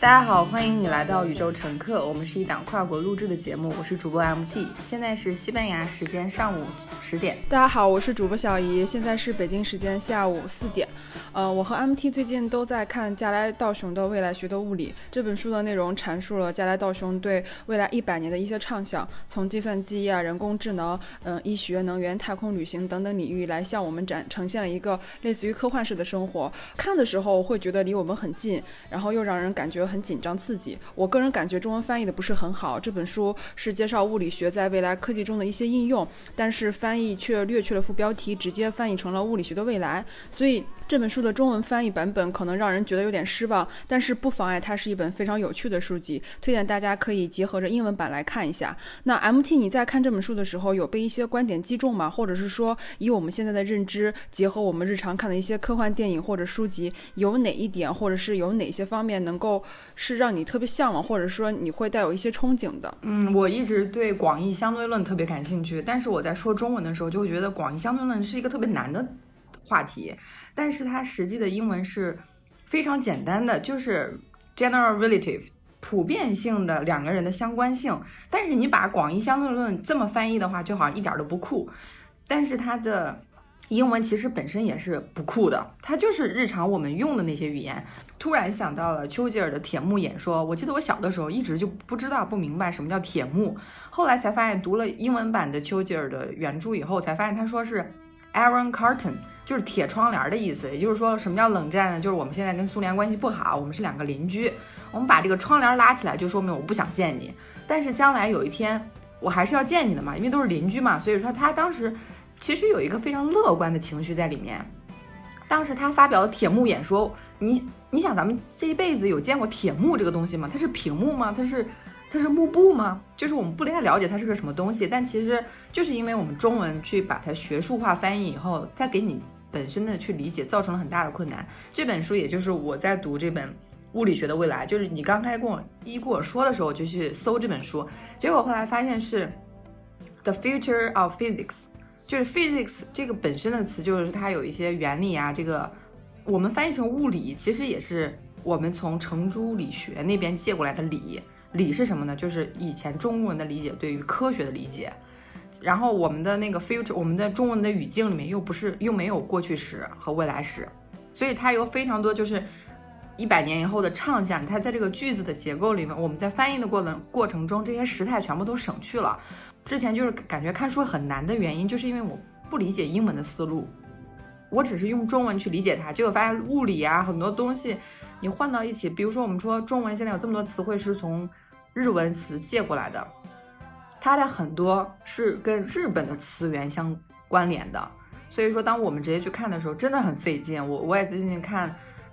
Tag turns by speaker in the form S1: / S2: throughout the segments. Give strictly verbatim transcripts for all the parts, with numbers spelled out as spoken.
S1: 大家好，欢迎你来到宇宙乘客，我们是一档跨国录制的节目，我是主播 M T， 现在是西班牙时间上午十点。
S2: 大家好，我是主播小姨，现在是北京时间下午四点。呃，我和 M T 最近都在看加来道雄的《未来学的物理》这本书的内容，阐述了加来道雄对未来一百年的一些畅想，从计算机啊、人工智能、嗯、呃、医学、能源、太空旅行等等领域来向我们展呈现了一个类似于科幻式的生活。看的时候会觉得离我们很近，然后又让人感觉很紧张刺激。我个人感觉中文翻译的不是很好，这本书是介绍物理学在未来科技中的一些应用，但是翻译却略去了副标题，直接翻译成了物理学的未来，所以这本书的中文翻译版本可能让人觉得有点失望，但是不妨碍它是一本非常有趣的书籍，推荐大家可以结合着英文版来看一下。那 M T 你在看这本书的时候有被一些观点击中吗？或者是说以我们现在的认知结合我们日常看的一些科幻电影或者书籍，有哪一点或者是有哪些方面能够是让你特别向往，或者说你会带有一些憧憬的？
S1: 嗯，我一直对广义相对论特别感兴趣，但是我在说中文的时候就会觉得广义相对论是一个特别难的话题，但是它实际的英文是非常简单的，就是 general relative 普遍性的两个人的相关性，但是你把广义相对论这么翻译的话就好像一点都不酷，但是它的英文其实本身也是不酷的，它就是日常我们用的那些语言。突然想到了丘吉尔的铁幕演说，我记得我小的时候一直就不知道不明白什么叫铁幕，后来才发现读了英文版的丘吉尔的原著以后才发现他说是 Iron Curtain， 就是铁窗帘的意思，也就是说什么叫冷战呢？就是我们现在跟苏联关系不好，我们是两个邻居，我们把这个窗帘拉起来就说明我不想见你，但是将来有一天我还是要见你的嘛，因为都是邻居嘛，所以说他当时其实有一个非常乐观的情绪在里面。当时他发表的铁幕演说，你你想咱们这一辈子有见过铁幕这个东西吗？它是屏幕吗？它是它是幕布吗？就是我们不太了解它是个什么东西，但其实就是因为我们中文去把它学术化翻译以后，再给你本身的去理解造成了很大的困难。这本书也就是我在读这本物理学的未来，就是你刚才跟我一跟我说的时候我就去搜这本书，结果后来发现是 The Future of Physics，就是 physics 这个本身的词，就是它有一些原理啊，这个我们翻译成物理，其实也是我们从程朱理学那边借过来的理。理是什么呢？就是以前中文的理解对于科学的理解。然后我们的那个 future， 我们的中文的语境里面又不是又没有过去时和未来时，所以它有非常多就是一百年以后的畅想，它在这个句子的结构里面，我们在翻译的过程过程中，这些时态全部都省去了。之前就是感觉看书很难的原因，就是因为我不理解英文的思路，我只是用中文去理解它，结果发现物理啊很多东西你换到一起，比如说我们说中文现在有这么多词汇是从日文词借过来的，它的很多是跟日本的词源相关联的，所以说当我们直接去看的时候真的很费劲。我我也最近看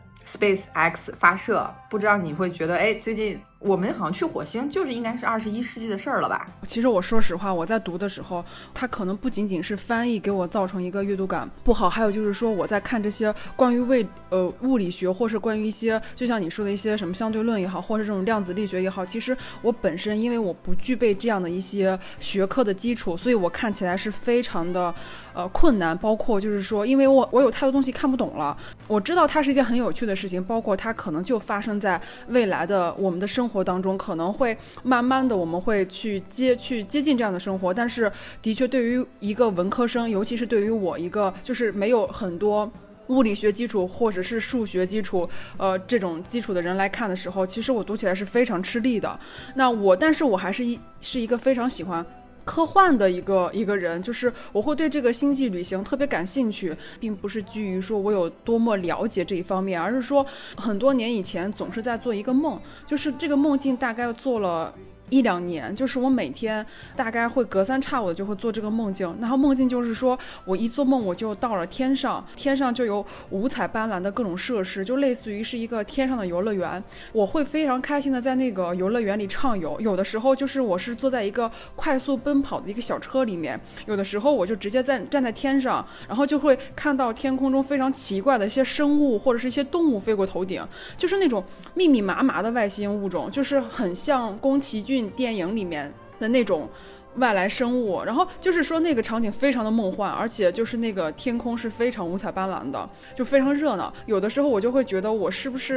S1: SpaceX 发射，不知道你会觉得哎，最近我们好像去火星就是应该是二十一世纪的事儿了吧。
S2: 其实我说实话，我在读的时候它可能不仅仅是翻译给我造成一个阅读感不好，还有就是说我在看这些关于为呃物理学，或是关于一些就像你说的一些什么相对论也好，或是这种量子力学也好，其实我本身因为我不具备这样的一些学科的基础，所以我看起来是非常的呃困难，包括就是说因为我我有太多东西看不懂了。我知道它是一件很有趣的事情，包括它可能就发生在未来的我们的生活当中，可能会慢慢的我们会去接去接近这样的生活，但是的确对于一个文科生，尤其是对于我一个就是没有很多物理学基础或者是数学基础呃这种基础的人来看的时候，其实我读起来是非常吃力的。那我但是我还是一是一个非常喜欢科幻的一个一个人，就是我会对这个星际旅行特别感兴趣，并不是基于说我有多么了解这一方面，而是说很多年以前总是在做一个梦，就是这个梦境大概做了一两年，就是我每天大概会隔三差五的就会做这个梦境，然后梦境就是说我一做梦我就到了天上，天上就有五彩斑斓的各种设施，就类似于是一个天上的游乐园，我会非常开心的在那个游乐园里畅游。有的时候就是我是坐在一个快速奔跑的一个小车里面，有的时候我就直接在站在天上，然后就会看到天空中非常奇怪的一些生物或者是一些动物飞过头顶，就是那种密密麻麻的外星物种，就是很像宫崎骏电影里面的那种外来生物，然后就是说那个场景非常的梦幻，而且就是那个天空是非常五彩斑斓的，就非常热闹。有的时候我就会觉得我是不是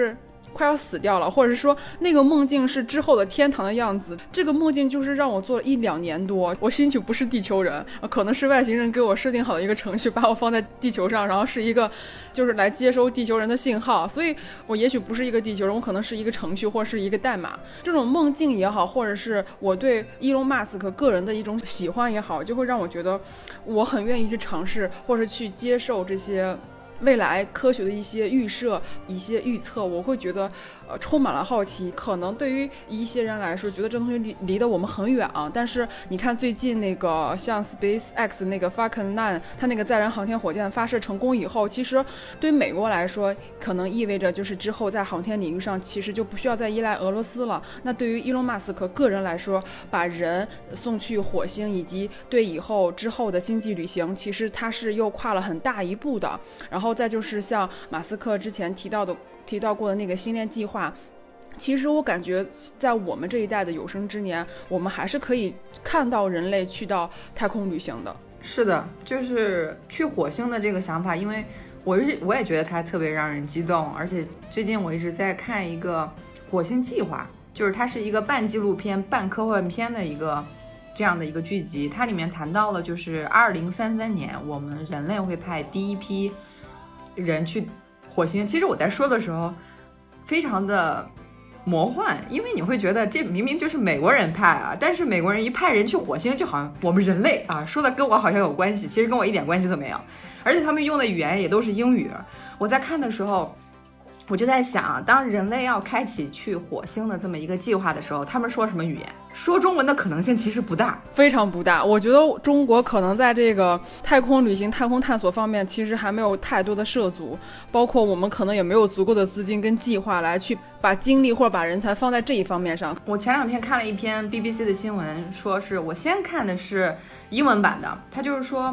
S2: 快要死掉了，或者是说那个梦境是之后的天堂的样子。这个梦境就是让我做了一两年多，我兴许不是地球人，可能是外星人给我设定好的一个程序，把我放在地球上，然后是一个就是来接收地球人的信号，所以我也许不是一个地球人，我可能是一个程序或者是一个代码。这种梦境也好，或者是我对伊隆马斯克个人的一种喜欢也好，就会让我觉得我很愿意去尝试或者去接受这些未来科学的一些预设一些预测，我会觉得呃充满了好奇。可能对于一些人来说觉得这东西离离得我们很远啊，但是你看最近那个像 SpaceX 那个 Falcon 九它那个载人航天火箭发射成功以后，其实对于美国来说可能意味着就是之后在航天领域上其实就不需要再依赖俄罗斯了。那对于伊隆马斯克个人来说，把人送去火星以及对以后之后的星际旅行，其实他是又跨了很大一步的。然后再就是像马斯克之前提到的提到过的那个星链计划，其实我感觉在我们这一代的有生之年，我们还是可以看到人类去到太空旅行的。
S1: 是的，就是去火星的这个想法，因为我是我也觉得它特别让人激动，而且最近我一直在看一个火星计划，就是它是一个半纪录片半科幻片的一个这样的一个剧集，它里面谈到了就是二零三三年我们人类会派第一批人去火星。其实我在说的时候非常的魔幻，因为你会觉得这明明就是美国人派啊，但是美国人一派人去火星，就好像我们人类啊说的跟我好像有关系，其实跟我一点关系都没有，而且他们用的语言也都是英语。我在看的时候我就在想，当人类要开启去火星的这么一个计划的时候，他们说什么语言？说中文的可能性其实不大，
S2: 非常不大。我觉得中国可能在这个太空旅行、太空探索方面，其实还没有太多的涉足，包括我们可能也没有足够的资金跟计划来去把精力或者把人才放在这一方面上。
S1: 我前两天看了一篇 B B C 的新闻，说是我先看的是英文版的，它就是说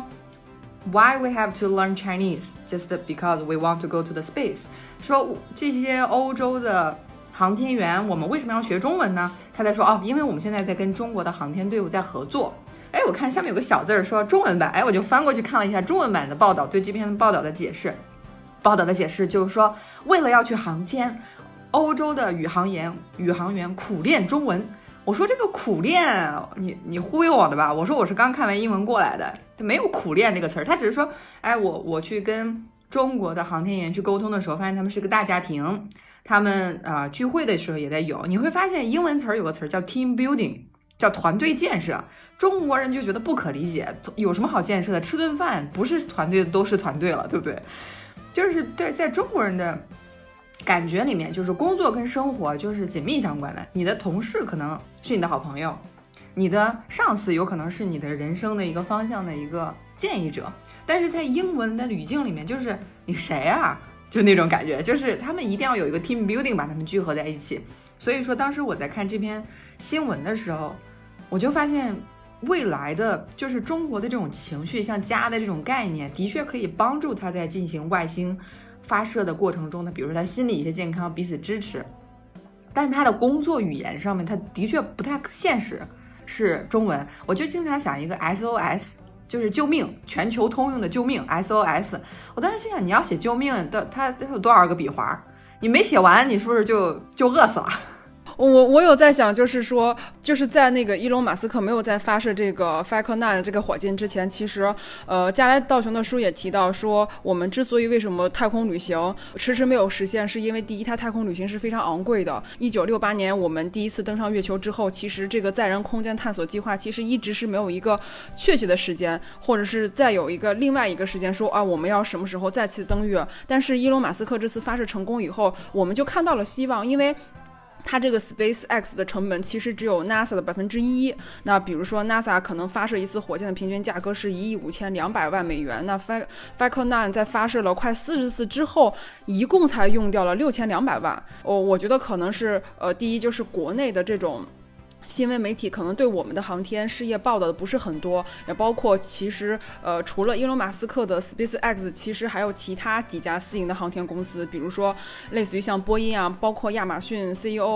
S1: Why we have to learn Chinese just because we want to go to the space， 说这些欧洲的航天员我们为什么要学中文呢？他在说哦，因为我们现在在跟中国的航天队伍在合作。哎，我看下面有个小字说中文版，哎，我就翻过去看了一下中文版的报道，对这篇报道的解释。报道的解释就是说，为了要去航天，欧洲的宇航员宇航员苦练中文。我说这个苦练，你你忽悠我的吧？我说我是刚看完英文过来的，他没有苦练这个词儿，他只是说，哎，我我去跟中国的航天员去沟通的时候，发现他们是个大家庭。他们啊、呃、聚会的时候也在有，你会发现英文词儿有个词儿叫 team building， 叫团队建设。中国人就觉得不可理解，有什么好建设的？吃顿饭不是团队的都是团队了，对不对？就是对，在中国人的感觉里面，就是工作跟生活就是紧密相关的。你的同事可能是你的好朋友，你的上司有可能是你的人生的一个方向的一个建议者，但是在英文的语境里面，就是你谁啊？就那种感觉，就是他们一定要有一个 team building 把他们聚合在一起。所以说当时我在看这篇新闻的时候，我就发现未来的就是中国的这种情绪，像家的这种概念，的确可以帮助他在进行外星发射的过程中呢，比如说他心理一些健康，彼此支持。但他的工作语言上面，他的确不太现实，是中文。我就经常想一个 S O S，就是救命，全球通用的救命 S O S。 我当时心想，你要写救命的，它它有多少个笔划？你没写完，你是不是就就饿死了？
S2: 我我有在想，就是说，就是在那个伊隆马斯克没有在发射这个 Falcon 九这个火箭之前，其实呃，加来道雄的书也提到说，我们之所以为什么太空旅行迟迟没有实现，是因为第一，它太空旅行是非常昂贵的。一九六八年我们第一次登上月球之后，其实这个载人空间探索计划其实一直是没有一个确切的时间，或者是再有一个另外一个时间说啊，我们要什么时候再次登月。但是伊隆马斯克这次发射成功以后，我们就看到了希望，因为它这个 SpaceX 的成本其实只有 NASA 的百分之一。那比如说 NASA 可能发射一次火箭的平均价格是一亿五千两百万美元，那 Falcon 九在发射了快四十次之后，一共才用掉了六千两百万。哦，我觉得可能是呃，第一就是国内的这种新闻媒体可能对我们的航天事业报道的不是很多，也包括其实呃除了伊隆马斯克的 SpaceX， 其实还有其他几家私营的航天公司，比如说类似于像波音啊，包括亚马逊 C E O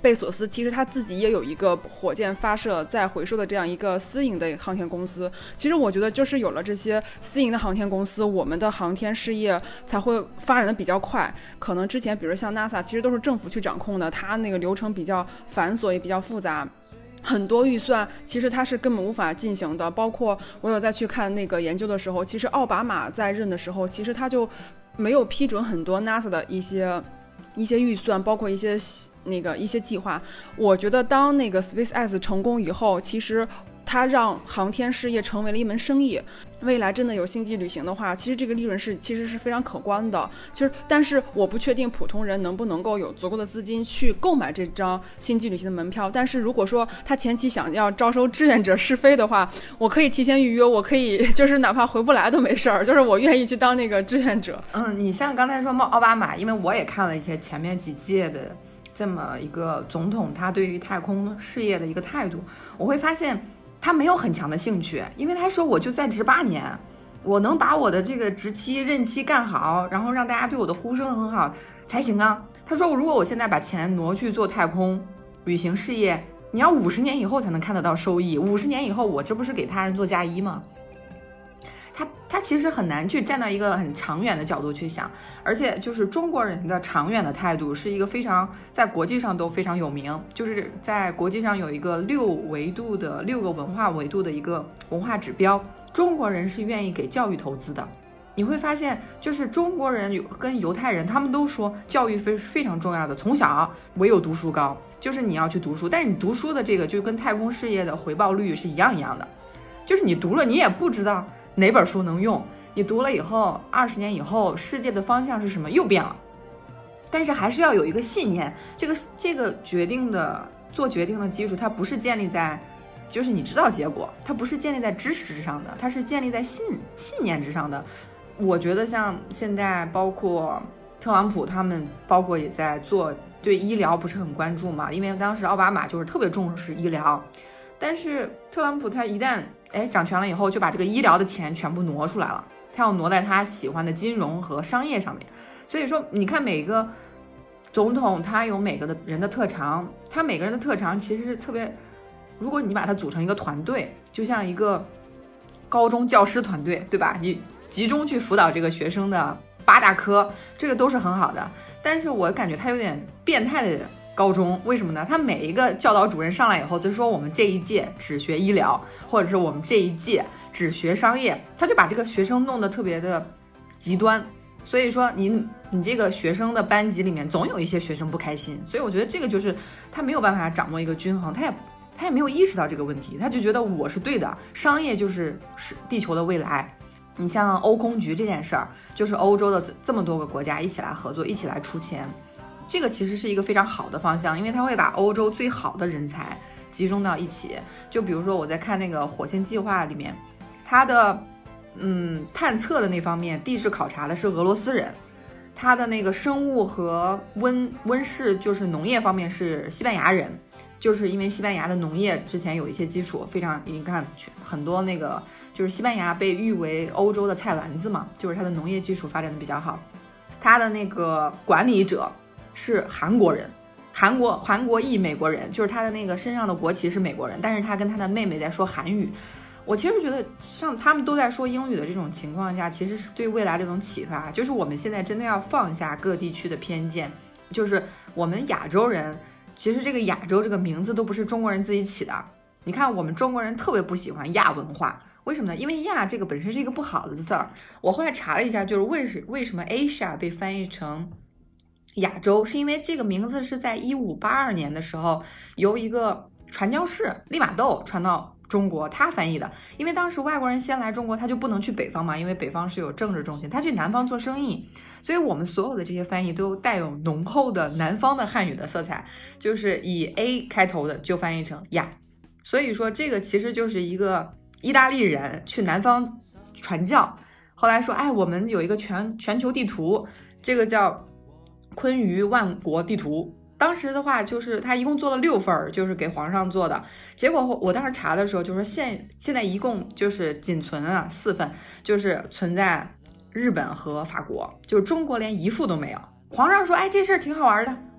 S2: 贝索斯其实他自己也有一个火箭发射再回收的这样一个私营的航天公司。其实我觉得就是有了这些私营的航天公司，我们的航天事业才会发展的比较快。可能之前比如像 NASA 其实都是政府去掌控的，它那个流程比较繁琐也比较复杂，很多预算其实它是根本无法进行的。包括我有再去看那个研究的时候，其实奥巴马在任的时候，其实他就没有批准很多 NASA 的一些一些预算，包括一些那个一些计划。我觉得当那个 SpaceX 成功以后，其实它让航天事业成为了一门生意。未来真的有星际旅行的话，其实这个利润是其实是非常可观的。其实，但是我不确定普通人能不能够有足够的资金去购买这张星际旅行的门票。但是如果说他前期想要招收志愿者试飞的话，我可以提前预约，我可以就是哪怕回不来都没事儿，就是我愿意去当那个志愿者。
S1: 嗯，你像刚才说奥巴马，因为我也看了一些前面几届的这么一个总统，他对于太空事业的一个态度，我会发现他没有很强的兴趣，因为他说我就在职八年，我能把我的这个职期任期干好，然后让大家对我的呼声很好才行啊。他说如果我现在把钱挪去做太空旅行事业，你要五十年以后才能看得到收益，五十年以后我这不是给他人做嫁衣吗？他他其实很难去站到一个很长远的角度去想，而且就是中国人的长远的态度是一个非常在国际上都非常有名，就是在国际上有一个六维度的六个文化维度的一个文化指标，中国人是愿意给教育投资的。你会发现就是中国人跟犹太人他们都说教育非非常重要的，从小唯有读书高，就是你要去读书，但是你读书的这个就跟太空事业的回报率是一样一样的，就是你读了你也不知道哪本书能用，你读了以后二十年以后世界的方向是什么又变了，但是还是要有一个信念，这个这个决定的做决定的基础它不是建立在就是你知道结果，它不是建立在知识之上的，它是建立在信信念之上的。我觉得像现在包括特朗普他们包括也在做对医疗不是很关注嘛，因为当时奥巴马就是特别重视医疗，但是特朗普他一旦哎掌权了以后就把这个医疗的钱全部挪出来了，他要挪在他喜欢的金融和商业上面。所以说你看每个总统他有每个的人的特长，他每个人的特长其实特别，如果你把它组成一个团队，就像一个高中教师团队，对吧？你集中去辅导这个学生的八大科，这个都是很好的。但是我感觉他有点变态的高中，为什么呢？他每一个教导主任上来以后就说我们这一届只学医疗，或者是我们这一届只学商业，他就把这个学生弄得特别的极端。所以说你你这个学生的班级里面总有一些学生不开心，所以我觉得这个就是他没有办法掌握一个均衡，他也他也没有意识到这个问题，他就觉得我是对的，商业就是是地球的未来。你像欧空局这件事儿，就是欧洲的这么多个国家一起来合作，一起来出钱，这个其实是一个非常好的方向，因为它会把欧洲最好的人才集中到一起。就比如说我在看那个火星计划里面，它的嗯探测的那方面地质考察的是俄罗斯人，它的那个生物和温温室就是农业方面是西班牙人，就是因为西班牙的农业之前有一些基础，非常你看很多那个就是西班牙被誉为欧洲的菜篮子嘛，就是它的农业基础发展的比较好。它的那个管理者是韩国人，韩国韩国裔美国人，就是他的那个身上的国旗是美国人，但是他跟他的妹妹在说韩语。我其实觉得像他们都在说英语的这种情况下，其实是对未来这种启发，就是我们现在真的要放下各地区的偏见，就是我们亚洲人其实这个亚洲这个名字都不是中国人自己起的。你看我们中国人特别不喜欢亚文化，为什么呢？因为亚这个本身是一个不好的字儿。我后来查了一下，就是为什为什么 Asia 被翻译成亚洲，是因为这个名字是在一五八二年的时候由一个传教士利玛窦传到中国，他翻译的。因为当时外国人先来中国，他就不能去北方嘛，因为北方是有政治中心，他去南方做生意，所以我们所有的这些翻译都带有浓厚的南方的汉语的色彩，就是以 A 开头的就翻译成亚。所以说这个其实就是一个意大利人去南方传教，后来说哎，我们有一个全全球地图，这个叫昆舆万国地图。当时的话就是他一共做了六份，就是给皇上做的。结果我当时查的时候就说现现在一共就是仅存啊四份，就是存在日本和法国，就是中国连一副都没有。皇上说哎，这事儿挺好玩的，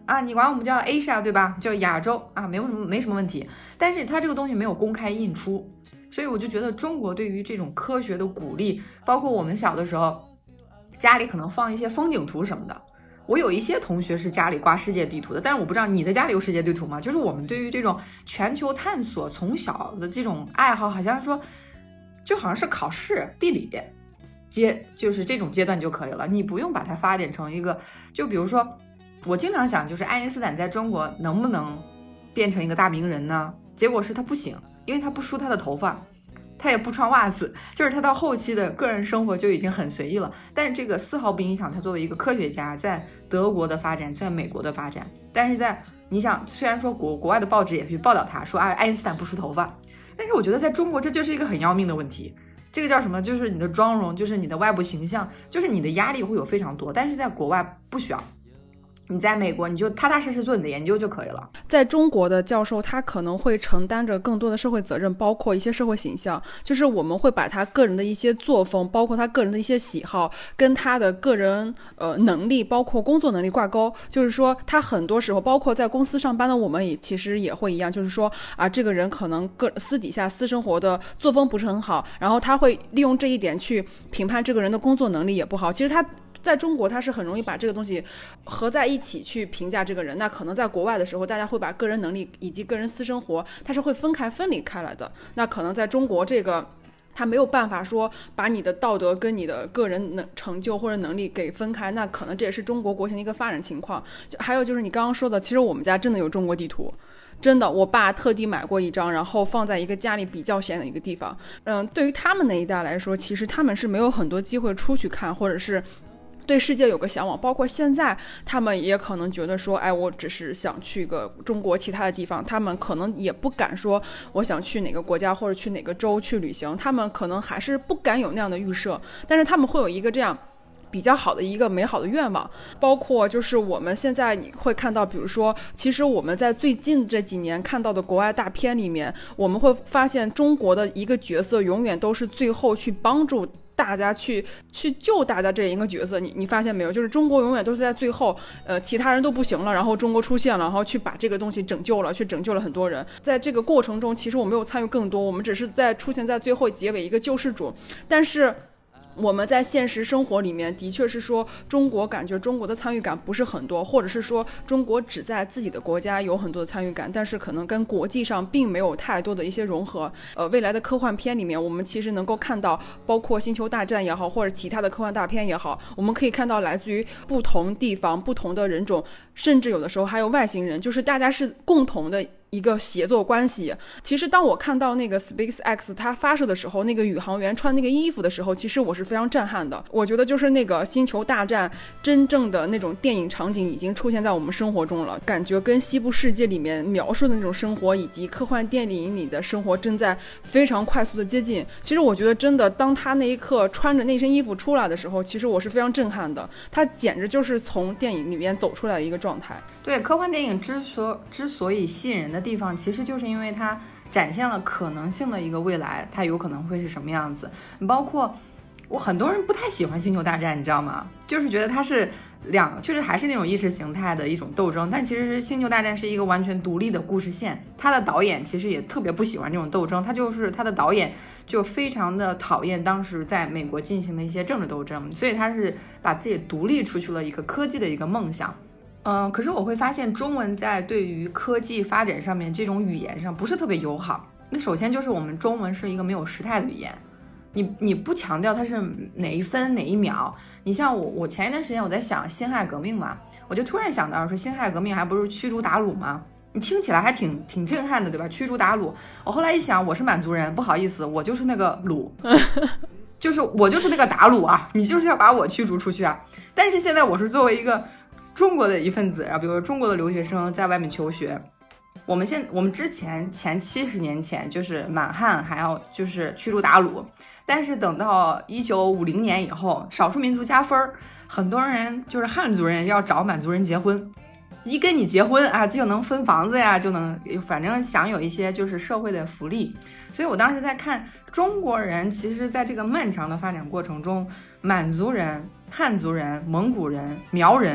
S1: 啊，你管我们叫 Asia 对吧？叫亚洲啊，没有什么没什么问题。但是它这个东西没有公开印出，所以我就觉得中国对于这种科学的鼓励，包括我们小的时候家里可能放一些风景图什么的。我有一些同学是家里挂世界地图的，但是我不知道你的家里有世界地图吗？就是我们对于这种全球探索从小的这种爱好，好像说就好像是考试地理阶，就是这种阶段就可以了，你不用把它发展成一个，就比如说我经常想，就是爱因斯坦在中国能不能变成一个大名人呢？结果是他不行，因为他不梳他的头发，他也不穿袜子，就是他到后期的个人生活就已经很随意了。但是这个丝毫不影响他作为一个科学家在德国的发展，在美国的发展。但是在你想，虽然说国国外的报纸也去报道他说，哎，爱因斯坦不梳头发，但是我觉得在中国这就是一个很要命的问题。这个叫什么？就是你的妆容，就是你的外部形象，就是你的压力会有非常多，但是在国外不需要。你在美国你就踏踏实实做你的研究就可以了。
S2: 在中国的教授他可能会承担着更多的社会责任，包括一些社会形象，就是我们会把他个人的一些作风，包括他个人的一些喜好跟他的个人呃能力包括工作能力挂钩。就是说他很多时候包括在公司上班的我们也其实也会一样，就是说啊这个人可能个私底下私生活的作风不是很好，然后他会利用这一点去评判这个人的工作能力也不好。其实他在中国他是很容易把这个东西合在一起去评价这个人，那可能在国外的时候大家会把个人能力以及个人私生活它是会分开分离开来的。那可能在中国这个他没有办法说把你的道德跟你的个人能成就或者能力给分开，那可能这也是中国国情的一个发展情况。就还有就是你刚刚说的，其实我们家真的有中国地图，真的，我爸特地买过一张，然后放在一个家里比较显的一个地方。嗯，对于他们那一代来说，其实他们是没有很多机会出去看，或者是对世界有个向往，包括现在他们也可能觉得说，哎，我只是想去个中国其他的地方，他们可能也不敢说我想去哪个国家或者去哪个州去旅行，他们可能还是不敢有那样的预设，但是他们会有一个这样比较好的一个美好的愿望。包括就是我们现在你会看到，比如说其实我们在最近这几年看到的国外大片里面，我们会发现中国的一个角色永远都是最后去帮助大家去去救大家这一个角色。你你发现没有，就是中国永远都是在最后呃，其他人都不行了，然后中国出现了，然后去把这个东西拯救了，去拯救了很多人。在这个过程中其实我没有参与更多，我们只是在出现在最后结尾一个救世主。但是我们在现实生活里面的确是说中国感觉中国的参与感不是很多，或者是说中国只在自己的国家有很多的参与感，但是可能跟国际上并没有太多的一些融合。呃，未来的科幻片里面我们其实能够看到，包括星球大战也好，或者其他的科幻大片也好，我们可以看到来自于不同地方不同的人种，甚至有的时候还有外星人，就是大家是共同的一个协作关系。其实当我看到那个 SpaceX 它发射的时候，那个宇航员穿那个衣服的时候，其实我是非常震撼的。我觉得就是那个星球大战真正的那种电影场景已经出现在我们生活中了，感觉跟西部世界里面描述的那种生活以及科幻电影里的生活正在非常快速的接近。其实我觉得真的当他那一刻穿着那身衣服出来的时候，其实我是非常震撼的，他简直就是从电影里面走出来的一个状态。
S1: 对，科幻电影之所之所以吸引人的地方，其实就是因为它展现了可能性的一个未来，它有可能会是什么样子。包括我很多人不太喜欢星球大战，你知道吗？就是觉得它是两，就是还是那种意识形态的一种斗争，但其实星球大战是一个完全独立的故事线。他的导演其实也特别不喜欢这种斗争，他就是他的导演就非常的讨厌当时在美国进行的一些政治斗争，所以他是把自己独立出去了一个科技的一个梦想。嗯、呃，可是我会发现中文在对于科技发展上面这种语言上不是特别友好。那首先就是我们中文是一个没有时态的语言，你你不强调它是哪一分哪一秒。你像我我前一段时间我在想辛亥革命嘛，我就突然想到说辛亥革命还不是驱逐鞑虏吗？你听起来还挺挺震撼的，对吧？驱逐鞑虏。我后来一想，我是满族人，不好意思，我就是那个虏就是我就是那个鞑虏啊，你就是要把我驱逐出去啊。但是现在我是作为一个中国的一份子，然后比如说中国的留学生在外面求学，我们现我们之前前七十年前就是满汉还要就是驱逐鞑虏，但是等到一九五零年以后，少数民族加分，很多人就是汉族人要找满族人结婚，一跟你结婚啊，就能分房子呀，就能反正享有一些就是社会的福利。所以我当时在看中国人，其实在这个漫长的发展过程中，满族人、汉族人、蒙古人、苗人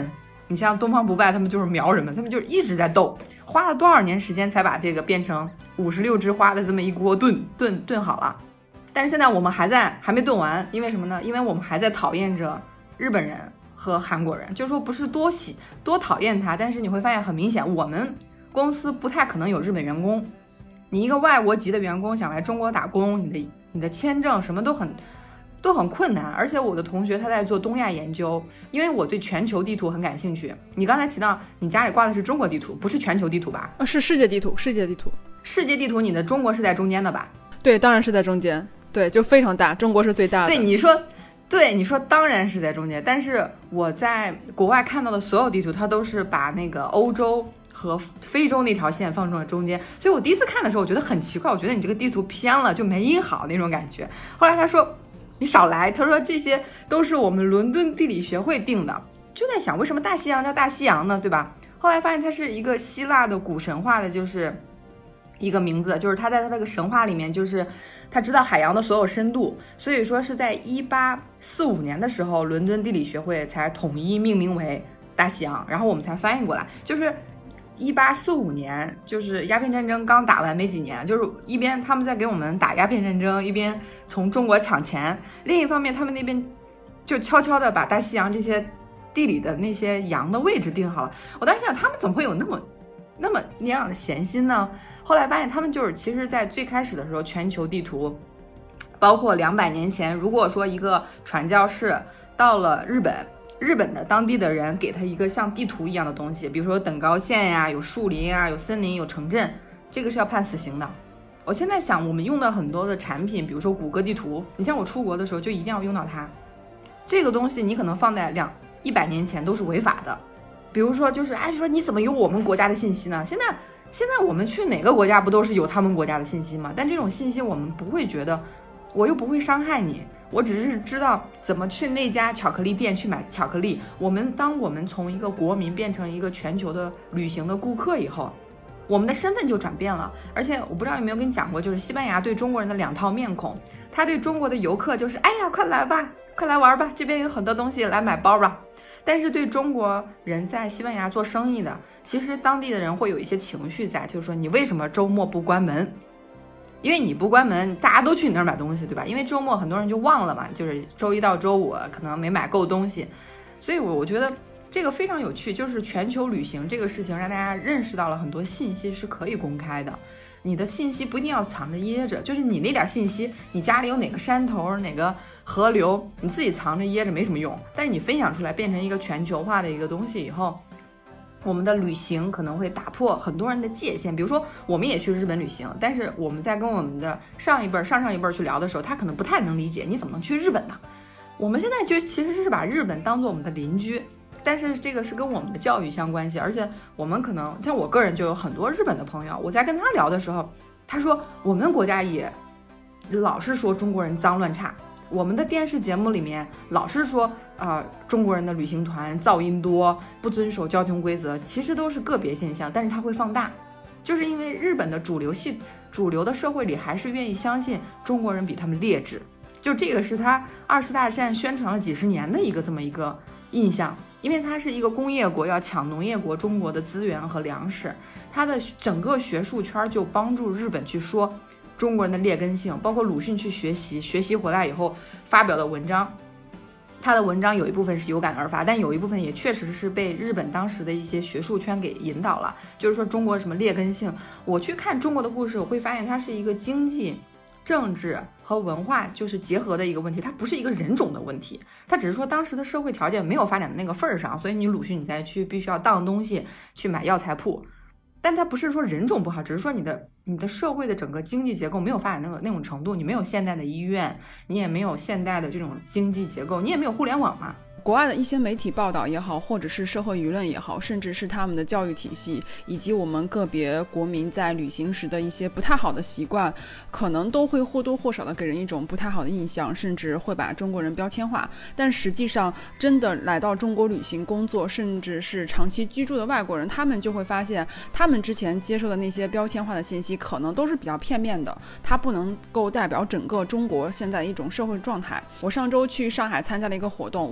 S1: 你像东方不败他们就是苗人们，他们就是一直在斗，花了多少年时间才把这个变成五十六枝花的这么一锅炖炖炖好了。但是现在我们还在还没炖完，因为什么呢？因为我们还在讨厌着日本人和韩国人，就是说不是多喜多讨厌他，但是你会发现很明显，我们公司不太可能有日本员工。你一个外国籍的员工想来中国打工，你的你的签证什么都很都很困难。而且我的同学他在做东亚研究，因为我对全球地图很感兴趣。你刚才提到你家里挂的是中国地图，不是全球地图吧？
S2: 啊，是世界地图，世界地图。
S1: 世界地图，你的中国是在中间的吧？
S2: 对，当然是在中间。对，就非常大，中国是最大的。
S1: 对，你说，对你说，当然是在中间。但是我在国外看到的所有地图，它都是把那个欧洲和非洲那条线放在了中间，所以我第一次看的时候我觉得很奇怪，我觉得你这个地图偏了，就没印好那种感觉。后来他说你少来，他说这些都是我们伦敦地理学会定的，就在想为什么大西洋叫大西洋呢，对吧？后来发现它是一个希腊的古神话的就是一个名字，就是他在他那个神话里面就是他知道海洋的所有深度，所以说是在一八四五年的时候伦敦地理学会才统一命名为大西洋，然后我们才翻译过来。就是一八四五年，就是鸦片战争刚打完没几年，就是一边他们在给我们打鸦片战争，一边从中国抢钱，另一方面他们那边就悄悄的把大西洋这些地理的那些洋的位置定好了。我当时想他们怎么会有那么那么那样的闲心呢？后来发现他们就是其实在最开始的时候，全球地图包括两百年前，如果说一个传教士到了日本，日本的当地的人给他一个像地图一样的东西，比如说有等高线呀，有树林啊，有森林，有城镇，这个是要判死刑的。我现在想我们用的很多的产品，比如说谷歌地图，你像我出国的时候就一定要用到它，这个东西你可能放在两一百年前都是违法的。比如说就是哎，说你怎么有我们国家的信息呢？现在现在我们去哪个国家不都是有他们国家的信息吗？但这种信息我们不会觉得，我又不会伤害你，我只是知道怎么去那家巧克力店去买巧克力。我们当我们从一个国民变成一个全球的旅行的顾客以后，我们的身份就转变了。而且我不知道有没有跟你讲过，就是西班牙对中国人的两套面孔，他对中国的游客就是哎呀快来吧，快来玩吧，这边有很多东西，来买包吧。但是对中国人在西班牙做生意的，其实当地的人会有一些情绪在，就是说你为什么周末不关门？因为你不关门，大家都去你那儿买东西，对吧？因为周末很多人就忘了嘛，就是周一到周五可能没买够东西，所以我我觉得这个非常有趣，就是全球旅行这个事情让大家认识到了很多信息是可以公开的，你的信息不一定要藏着掖着，就是你那点信息，你家里有哪个山头哪个河流，你自己藏着掖着没什么用，但是你分享出来变成一个全球化的一个东西以后，我们的旅行可能会打破很多人的界限。比如说我们也去日本旅行，但是我们在跟我们的上一辈上上一辈去聊的时候，他可能不太能理解你怎么能去日本呢？我们现在就其实是把日本当做我们的邻居，但是这个是跟我们的教育相关系，而且我们可能像我个人就有很多日本的朋友，我在跟他聊的时候，他说我们国家也老是说中国人脏乱差，我们的电视节目里面老是说啊、呃，中国人的旅行团噪音多，不遵守交通规则，其实都是个别现象，但是它会放大，就是因为日本的主流系主流的社会里还是愿意相信中国人比他们劣质，就这个是他二次大战宣传了几十年的一个这么一个印象，因为它是一个工业国，要抢农业国中国的资源和粮食，它的整个学术圈就帮助日本去说中国人的劣根性，包括鲁迅去学习，学习回来以后发表的文章，他的文章有一部分是有感而发，但有一部分也确实是被日本当时的一些学术圈给引导了，就是说中国什么劣根性。我去看中国的故事，我会发现它是一个经济、政治和文化就是结合的一个问题，它不是一个人种的问题，它只是说当时的社会条件没有发展的那个份儿上，所以你鲁迅你再去必须要当东西去买药材铺，但它不是说人种不好，只是说你的你的社会的整个经济结构没有发展那个那种程度，你没有现代的医院，你也没有现代的这种经济结构，你也没有互联网嘛。
S2: 国外的一些媒体报道也好，或者是社会舆论也好，甚至是他们的教育体系，以及我们个别国民在旅行时的一些不太好的习惯，可能都会或多或少的给人一种不太好的印象，甚至会把中国人标签化。但实际上真的来到中国旅行工作，甚至是长期居住的外国人，他们就会发现他们之前接受的那些标签化的信息可能都是比较片面的，它不能够代表整个中国现在的一种社会状态。我上周去上海参加了一个活动，午饭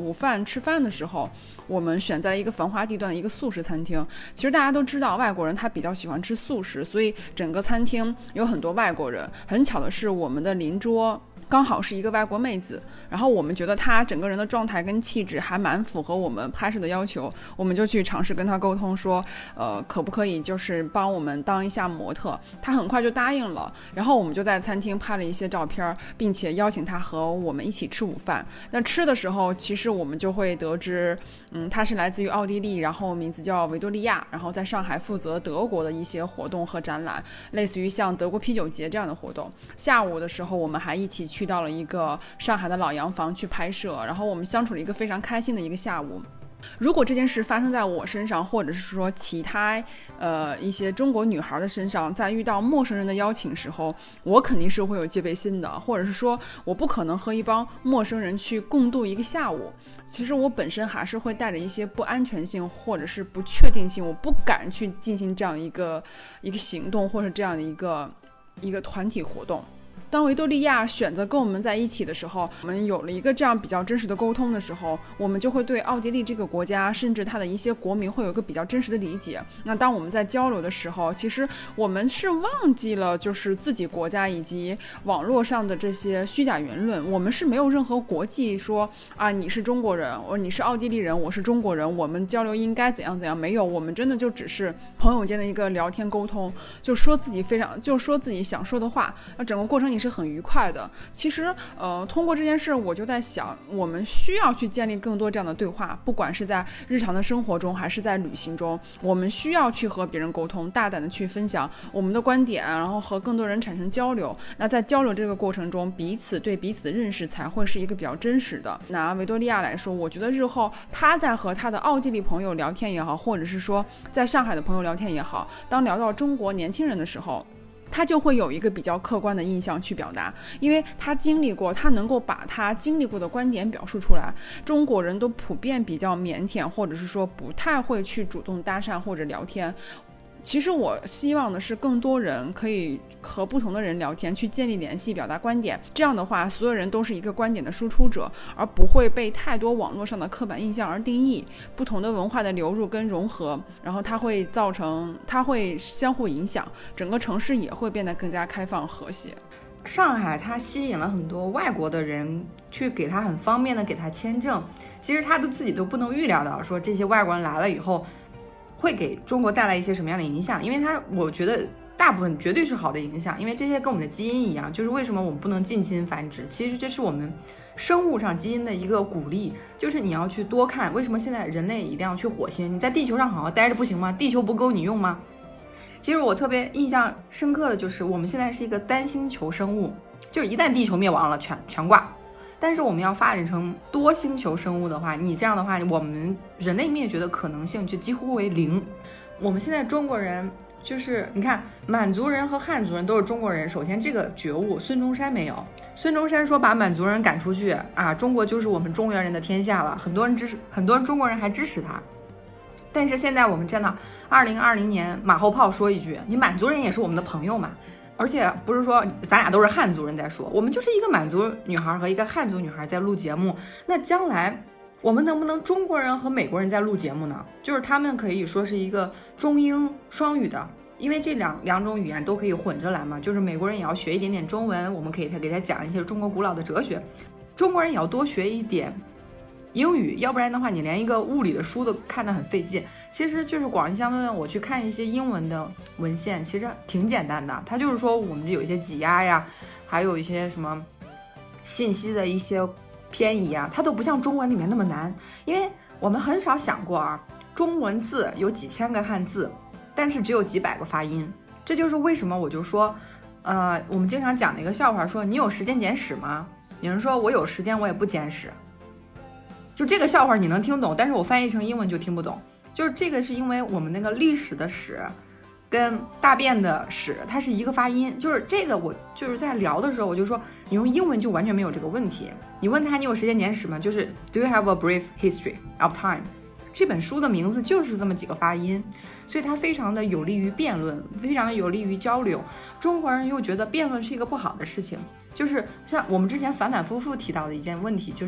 S2: 吃饭的时候，我们选在了一个繁华地段的一个素食餐厅。其实大家都知道外国人他比较喜欢吃素食，所以整个餐厅有很多外国人。很巧的是我们的邻桌刚好是一个外国妹子，然后我们觉得她整个人的状态跟气质还蛮符合我们拍摄的要求，我们就去尝试跟她沟通说呃，可不可以就是帮我们当一下模特。她很快就答应了，然后我们就在餐厅拍了一些照片，并且邀请她和我们一起吃午饭。那吃的时候其实我们就会得知嗯，她是来自于奥地利，然后名字叫维多利亚，然后在上海负责德国的一些活动和展览，类似于像德国啤酒节这样的活动。下午的时候我们还一起去到了一个上海的老洋房去拍摄，然后我们相处了一个非常开心的一个下午。如果这件事发生在我身上，或者是说其他呃一些中国女孩的身上，在遇到陌生人的邀请时候，我肯定是会有戒备心的，或者是说我不可能和一帮陌生人去共度一个下午。其实我本身还是会带着一些不安全性或者是不确定性，我不敢去进行这样一个一个行动，或者这样的一个一个团体活动。当维多利亚选择跟我们在一起的时候，我们有了一个这样比较真实的沟通的时候，我们就会对奥地利这个国家甚至它的一些国民会有一个比较真实的理解。那当我们在交流的时候，其实我们是忘记了就是自己国家以及网络上的这些虚假言论，我们是没有任何国际说啊你是中国人，或你是奥地利人，我是中国人，我们交流应该怎样怎样，没有，我们真的就只是朋友间的一个聊天沟通，就说自己非常就说自己想说的话，那整个过程也是很愉快的。其实呃，通过这件事我就在想，我们需要去建立更多这样的对话，不管是在日常的生活中还是在旅行中，我们需要去和别人沟通，大胆的去分享我们的观点，然后和更多人产生交流。那在交流这个过程中，彼此对彼此的认识才会是一个比较真实的。拿维多利亚来说，我觉得日后他在和他的奥地利朋友聊天也好，或者是说在上海的朋友聊天也好，当聊到中国年轻人的时候，他就会有一个比较客观的印象去表达，因为他经历过，他能够把他经历过的观点表述出来。中国人都普遍比较腼腆，或者是说不太会去主动搭讪或者聊天。其实我希望的是更多人可以和不同的人聊天，去建立联系，表达观点。这样的话，所有人都是一个观点的输出者，而不会被太多网络上的刻板印象而定义。不同的文化的流入跟融合，然后它会造成，它会相互影响，整个城市也会变得更加开放和谐。
S1: 上海它吸引了很多外国的人，去给他很方便的给他签证。其实他都自己都不能预料到，说这些外国人来了以后会给中国带来一些什么样的影响，因为它我觉得大部分绝对是好的影响，因为这些跟我们的基因一样，就是为什么我们不能近亲繁殖，其实这是我们生物上基因的一个鼓励，就是你要去多看，为什么现在人类一定要去火星，你在地球上好好待着不行吗？地球不够你用吗？其实我特别印象深刻的就是我们现在是一个单星球生物，就是一旦地球灭亡了全全挂。但是我们要发展成多星球生物的话，你这样的话，我们人类灭绝的可能性就几乎为零。我们现在中国人就是你看，满族人和汉族人都是中国人，首先这个觉悟孙中山没有。孙中山说把满族人赶出去啊，中国就是我们中原人的天下了，很多人支持，很多人中国人还支持他。但是现在我们真的二零二零年马后炮说一句，你满族人也是我们的朋友嘛，而且不是说咱俩都是汉族人在说，我们就是一个满族女孩和一个汉族女孩在录节目，那将来我们能不能中国人和美国人在录节目呢？就是他们可以说是一个中英双语的，因为这两两种语言都可以混着来嘛，就是美国人也要学一点点中文，我们可以给他讲一些中国古老的哲学，中国人也要多学一点英语，要不然的话你连一个物理的书都看得很费劲。其实就是广义相对论，我去看一些英文的文献其实挺简单的，它就是说我们有一些挤压呀，还有一些什么信息的一些偏移啊，它都不像中文里面那么难。因为我们很少想过啊，中文字有几千个汉字，但是只有几百个发音。这就是为什么我就说呃，我们经常讲的一个笑话，说你有时间简史吗？有人说我有时间我也不简史，就这个笑话你能听懂，但是我翻译成英文就听不懂。就是这个是因为我们那个历史的史跟大便的史它是一个发音，就是这个我就是在聊的时候我就说你用英文就完全没有这个问题。你问他你有时间简史吗？就是 Do you have a brief history of time？ 这本书的名字就是这么几个发音，所以它非常的有利于辩论，非常的有利于交流。中国人又觉得辩论是一个不好的事情，就是像我们之前反反复复提到的一件问题，就是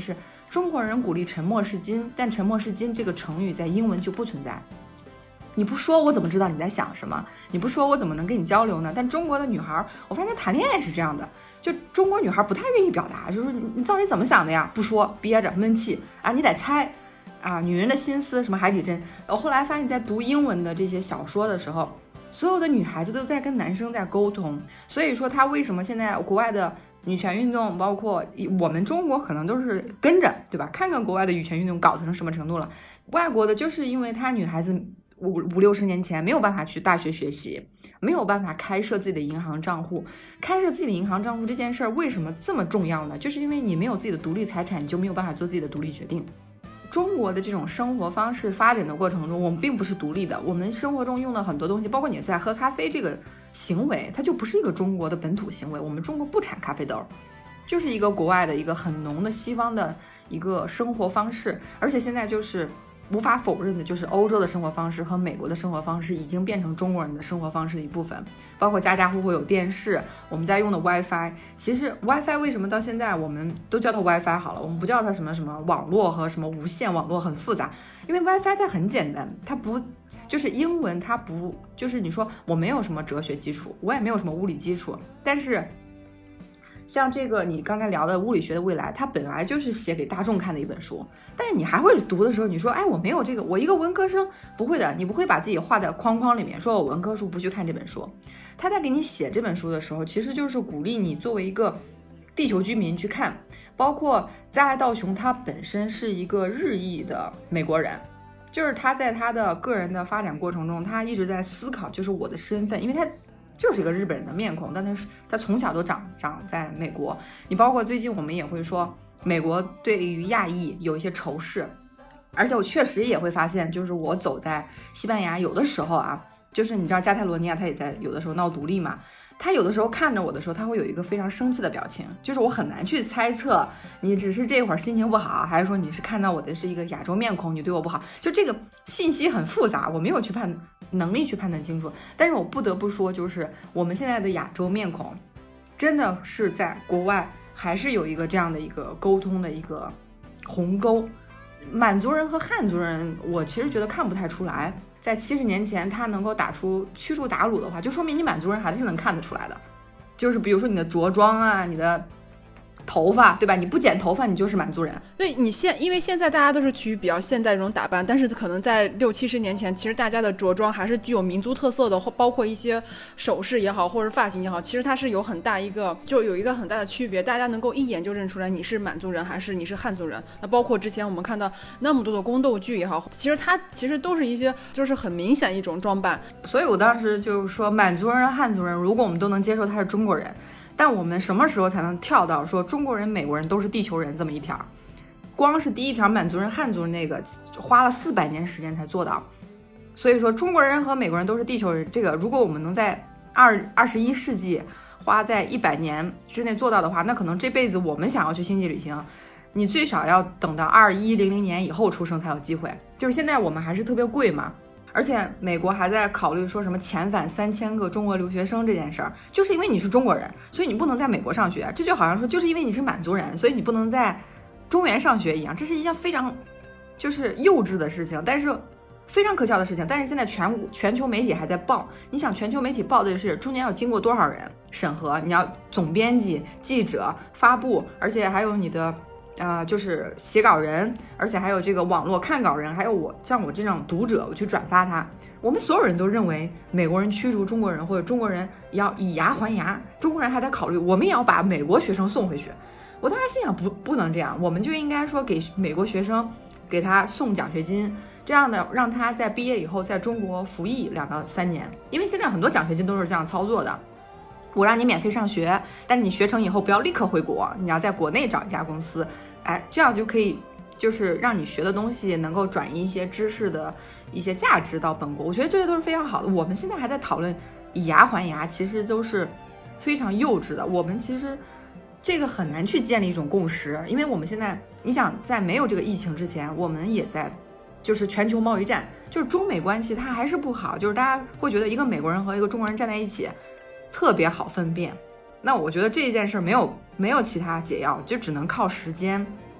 S1: 中国人鼓励沉默是金，但沉默是金这个成语在英文就不存在。你不说我怎么知道你在想什么？你不说我怎么能跟你交流呢？但中国的女孩，我发现谈恋爱是这样的，就中国女孩不太愿意表达，就是你你到底怎么想的呀？不说，憋着闷气啊，你得猜啊，女人的心思什么海底针。我后来发现，在读英文的这些小说的时候，所有的女孩子都在跟男生在沟通，所以说她为什么现在国外的女权运动，包括我们中国可能都是跟着，对吧？看看国外的女权运动搞成什么程度了，外国的就是因为她女孩子五五六十年前没有办法去大学学习，没有办法开设自己的银行账户。开设自己的银行账户这件事儿为什么这么重要呢？就是因为你没有自己的独立财产，你就没有办法做自己的独立决定。中国的这种生活方式发展的过程中，我们并不是独立的，我们生活中用的很多东西，包括你在喝咖啡这个行为，它就不是一个中国的本土行为。我们中国不产咖啡豆，就是一个国外的一个很浓的西方的一个生活方式。而且现在就是无法否认的，就是欧洲的生活方式和美国的生活方式已经变成中国人的生活方式的一部分，包括家家户户有电视，我们在用的 WiFi。其实 WiFi 为什么到现在我们都叫它 WiFi 好了，我们不叫它什么什么网络和什么无线网络很复杂，因为 WiFi 它很简单，它不就是英文，它不就是你说我没有什么哲学基础，我也没有什么物理基础，但是像这个你刚才聊的物理学的未来，它本来就是写给大众看的一本书，但是你还会读的时候，你说哎我没有这个，我一个文科生，不会的，你不会把自己画在框框里面，说我文科书不去看这本书。他在给你写这本书的时候，其实就是鼓励你作为一个地球居民去看。包括加来道雄他本身是一个日裔的美国人，就是他在他的个人的发展过程中，他一直在思考就是我的身份，因为他就是一个日本人的面孔，但他是他从小都长长在美国。你包括最近我们也会说美国对于亚裔有一些仇视，而且我确实也会发现，就是我走在西班牙有的时候啊，就是你知道加泰罗尼亚他也在有的时候闹独立嘛，他有的时候看着我的时候，他会有一个非常生气的表情，就是我很难去猜测你只是这会儿心情不好，还是说你是看到我的是一个亚洲面孔，你对我不好，就这个信息很复杂，我没有去判能力去判断清楚。但是我不得不说，就是我们现在的亚洲面孔真的是在国外还是有一个这样的一个沟通的一个鸿沟。满族人和汉族人我其实觉得看不太出来，在七十年前他能够打出驱逐鞑虏的话，就说明你满族人还是能看得出来的，就是比如说你的着装啊，你的头发，对吧？你不剪头发，你就是满族人。
S2: 对，你现因为现在大家都是趋于比较现代这种打扮，但是可能在六七十年前，其实大家的着装还是具有民族特色的，或包括一些首饰也好，或者发型也好，其实它是有很大一个，就有一个很大的区别，大家能够一眼就认出来你是满族人还是你是汉族人。那包括之前我们看到那么多的宫斗剧也好，其实它其实都是一些就是很明显一种装扮。
S1: 所以我当时就是说，满族人、汉族人，如果我们都能接受他是中国人，但我们什么时候才能跳到说中国人、美国人都是地球人这么一条？光是第一条满族人、汉族人那个花了四百年时间才做到。所以说中国人和美国人都是地球人，这个如果我们能在二二十一世纪花在一百年之内做到的话，那可能这辈子我们想要去星际旅行，你最少要等到二一零零年以后出生才有机会。就是现在我们还是特别贵嘛。而且美国还在考虑说什么遣返三千个中国留学生这件事儿，就是因为你是中国人，所以你不能在美国上学。这就好像说，就是因为你是满族人，所以你不能在中原上学一样。这是一件非常就是幼稚的事情，但是非常可笑的事情。但是现在全全球媒体还在报，你想全球媒体报的是中间要经过多少人审核？你要总编辑、记者、发布，而且还有你的。啊、呃，就是写稿人，而且还有这个网络看稿人，还有我像我这种读者，我去转发它。我们所有人都认为美国人驱逐中国人，或者中国人要以牙还牙，中国人还在考虑我们也要把美国学生送回去。我当时心想，不不能这样，我们就应该说给美国学生给他送奖学金，这样的让他在毕业以后在中国服役两到三年，因为现在很多奖学金都是这样操作的。我让你免费上学，但是你学成以后不要立刻回国，你要在国内找一家公司，哎，这样就可以，就是让你学的东西能够转移一些知识的一些价值到本国。我觉得这些都是非常好的。我们现在还在讨论以牙还牙，其实都是非常幼稚的。我们其实这个很难去建立一种共识，因为我们现在，你想在没有这个疫情之前，我们也在就是全球贸易战，就是中美关系它还是不好，就是大家会觉得一个美国人和一个中国人站在一起特别好分辨。那我觉得这件事没有没有其他解药，就只能靠时间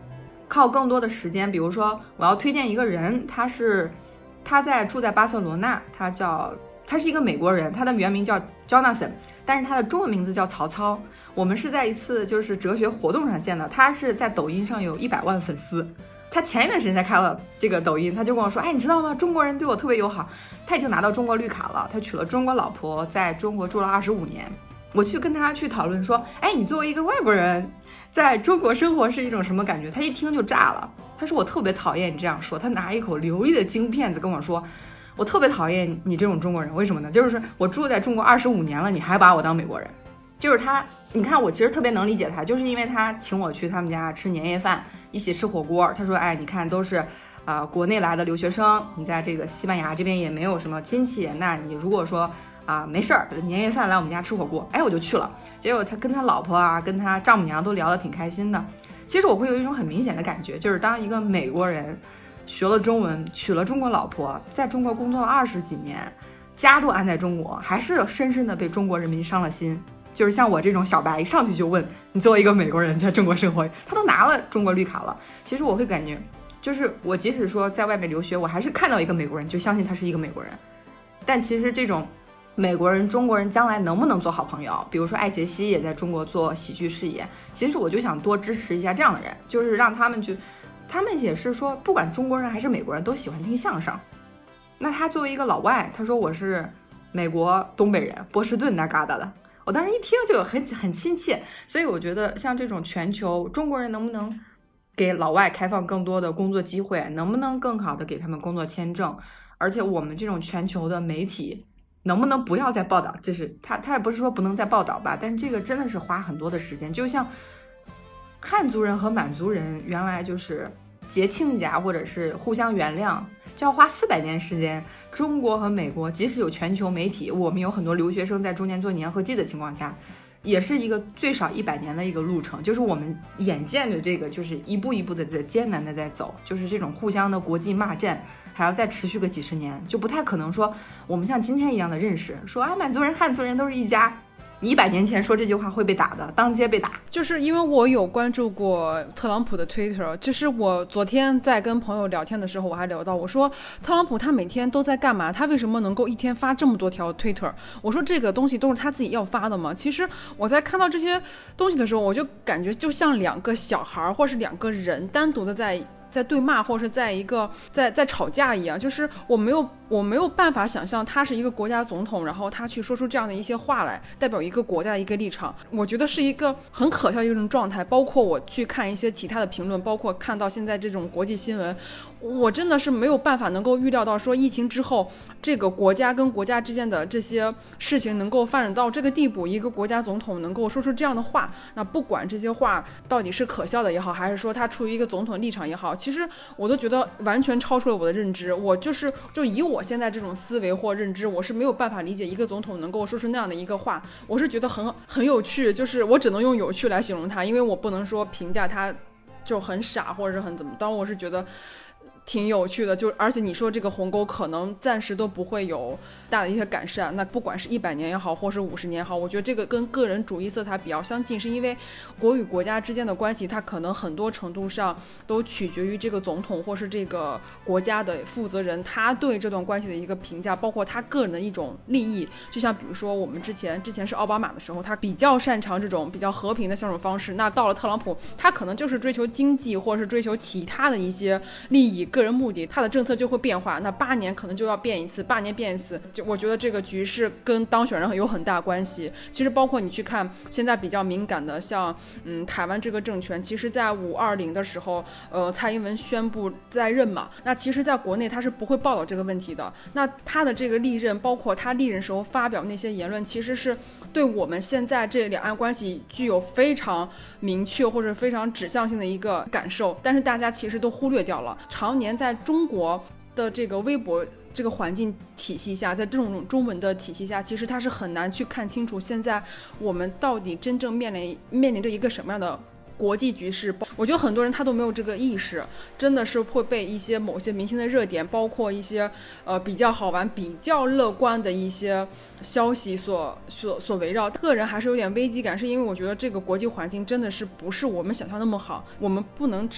S1: 靠更多的时间，比如说我要推荐一个人，他是他在住在巴塞罗那，他叫他是一个美国人，他的原名叫 Jonathan， 但是他的中文名字叫曹操。我们是在一次就是哲学活动上见到，他是在抖音上有一百万粉丝。他前一段时间才开了这个抖音，他就跟我说，哎，你知道吗？中国人对我特别友好，他已经拿到中国绿卡了，他娶了中国老婆，在中国住了二十五年。我去跟他去讨论说，哎，你作为一个外国人在中国生活是一种什么感觉？他一听就炸了，他说我特别讨厌你这样说，他拿一口流利的京片子跟我说，我特别讨厌你这种中国人，为什么呢？就是我住在中国二十五年了，你还把我当美国人。就是他，你看我其实特别能理解他，就是因为他请我去他们家吃年夜饭，一起吃火锅。他说，哎，你看都是啊、呃、国内来的留学生，你在这个西班牙这边也没有什么亲戚，那你如果说啊、呃、没事儿，年夜饭来我们家吃火锅，哎，我就去了。结果他跟他老婆啊，跟他丈母娘都聊得挺开心的。其实我会有一种很明显的感觉，就是当一个美国人学了中文，娶了中国老婆，在中国工作了二十几年，家都安在中国，还是深深的被中国人民伤了心。就是像我这种小白，一上去就问你作为一个美国人在中国生活，他都拿了中国绿卡了。其实我会感觉，就是我即使说在外面留学，我还是看到一个美国人就相信他是一个美国人。但其实这种美国人中国人将来能不能做好朋友，比如说艾杰西也在中国做喜剧事业，其实我就想多支持一下这样的人，就是让他们去，他们也是说不管中国人还是美国人都喜欢听相声。那他作为一个老外，他说我是美国东北人，波士顿那旮瘩的，我当时一听就很很亲切。所以我觉得像这种全球中国人能不能给老外开放更多的工作机会，能不能更好的给他们工作签证，而且我们这种全球的媒体能不能不要再报道，就是他他也不是说不能再报道吧，但是这个真的是花很多的时间。就像汉族人和满族人原来就是结亲家或者是互相原谅就要花四百年时间，中国和美国即使有全球媒体，我们有很多留学生在中间做粘合剂的情况下，也是一个最少一百年的一个路程。就是我们眼见着这个就是一步一步的在艰难的在走，就是这种互相的国际骂战还要再持续个几十年，就不太可能说我们像今天一样的认识，说啊满族人汉族人都是一家。你一百年前说这句话会被打的，当街被打。
S2: 就是因为我有关注过特朗普的 Twitter， 就是我昨天在跟朋友聊天的时候，我还聊到，我说特朗普他每天都在干嘛？他为什么能够一天发这么多条 Twitter？ 我说这个东西都是他自己要发的吗？其实我在看到这些东西的时候，我就感觉就像两个小孩或是两个人单独的在在对骂，或者是在一个在在吵架一样，就是我没有我没有办法想象他是一个国家总统，然后他去说出这样的一些话来，代表一个国家的一个立场，我觉得是一个很可笑的一种状态。包括我去看一些其他的评论，包括看到现在这种国际新闻，我真的是没有办法能够预料到说疫情之后这个国家跟国家之间的这些事情能够发展到这个地步，一个国家总统能够说出这样的话。那不管这些话到底是可笑的也好，还是说他出于一个总统的立场也好，其实我都觉得完全超出了我的认知。我就是就以我现在这种思维或认知，我是没有办法理解一个总统能够说出那样的一个话。我是觉得很很有趣，就是我只能用有趣来形容他，因为我不能说评价他就很傻或者是很怎么，当我是觉得挺有趣的。就而且你说这个鸿沟可能暂时都不会有大的一些改善，那不管是一百年也好或是五十年也好，我觉得这个跟个人主义色彩比较相近，是因为国与国家之间的关系它可能很多程度上都取决于这个总统或是这个国家的负责人他对这段关系的一个评价，包括他个人的一种利益。就像比如说我们之前之前是奥巴马的时候，他比较擅长这种比较和平的相处方式，那到了特朗普他可能就是追求经济或是追求其他的一些利益个人目的，他的政策就会变化，那八年可能就要变一次，八年变一次。就我觉得这个局势跟当选人有很大关系。其实包括你去看现在比较敏感的像嗯台湾这个政权，其实在五二零的时候呃蔡英文宣布在任嘛，那其实在国内他是不会报道这个问题的。那他的这个历任，包括他历任时候发表那些言论，其实是对我们现在这两岸关系具有非常明确或者非常指向性的一个感受，但是大家其实都忽略掉了。常年在中国的这个微博这个环境体系下，在这种中文的体系下，其实它是很难去看清楚现在我们到底真正面临面临着一个什么样的国际局势。我觉得很多人他都没有这个意识，真的是会被一些某些明星的热点，包括一些呃比较好玩比较乐观的一些消息所所所围绕。个人还是有点危机感，是因为我觉得这个国际环境真的是不是我们想象那么好，我们不能只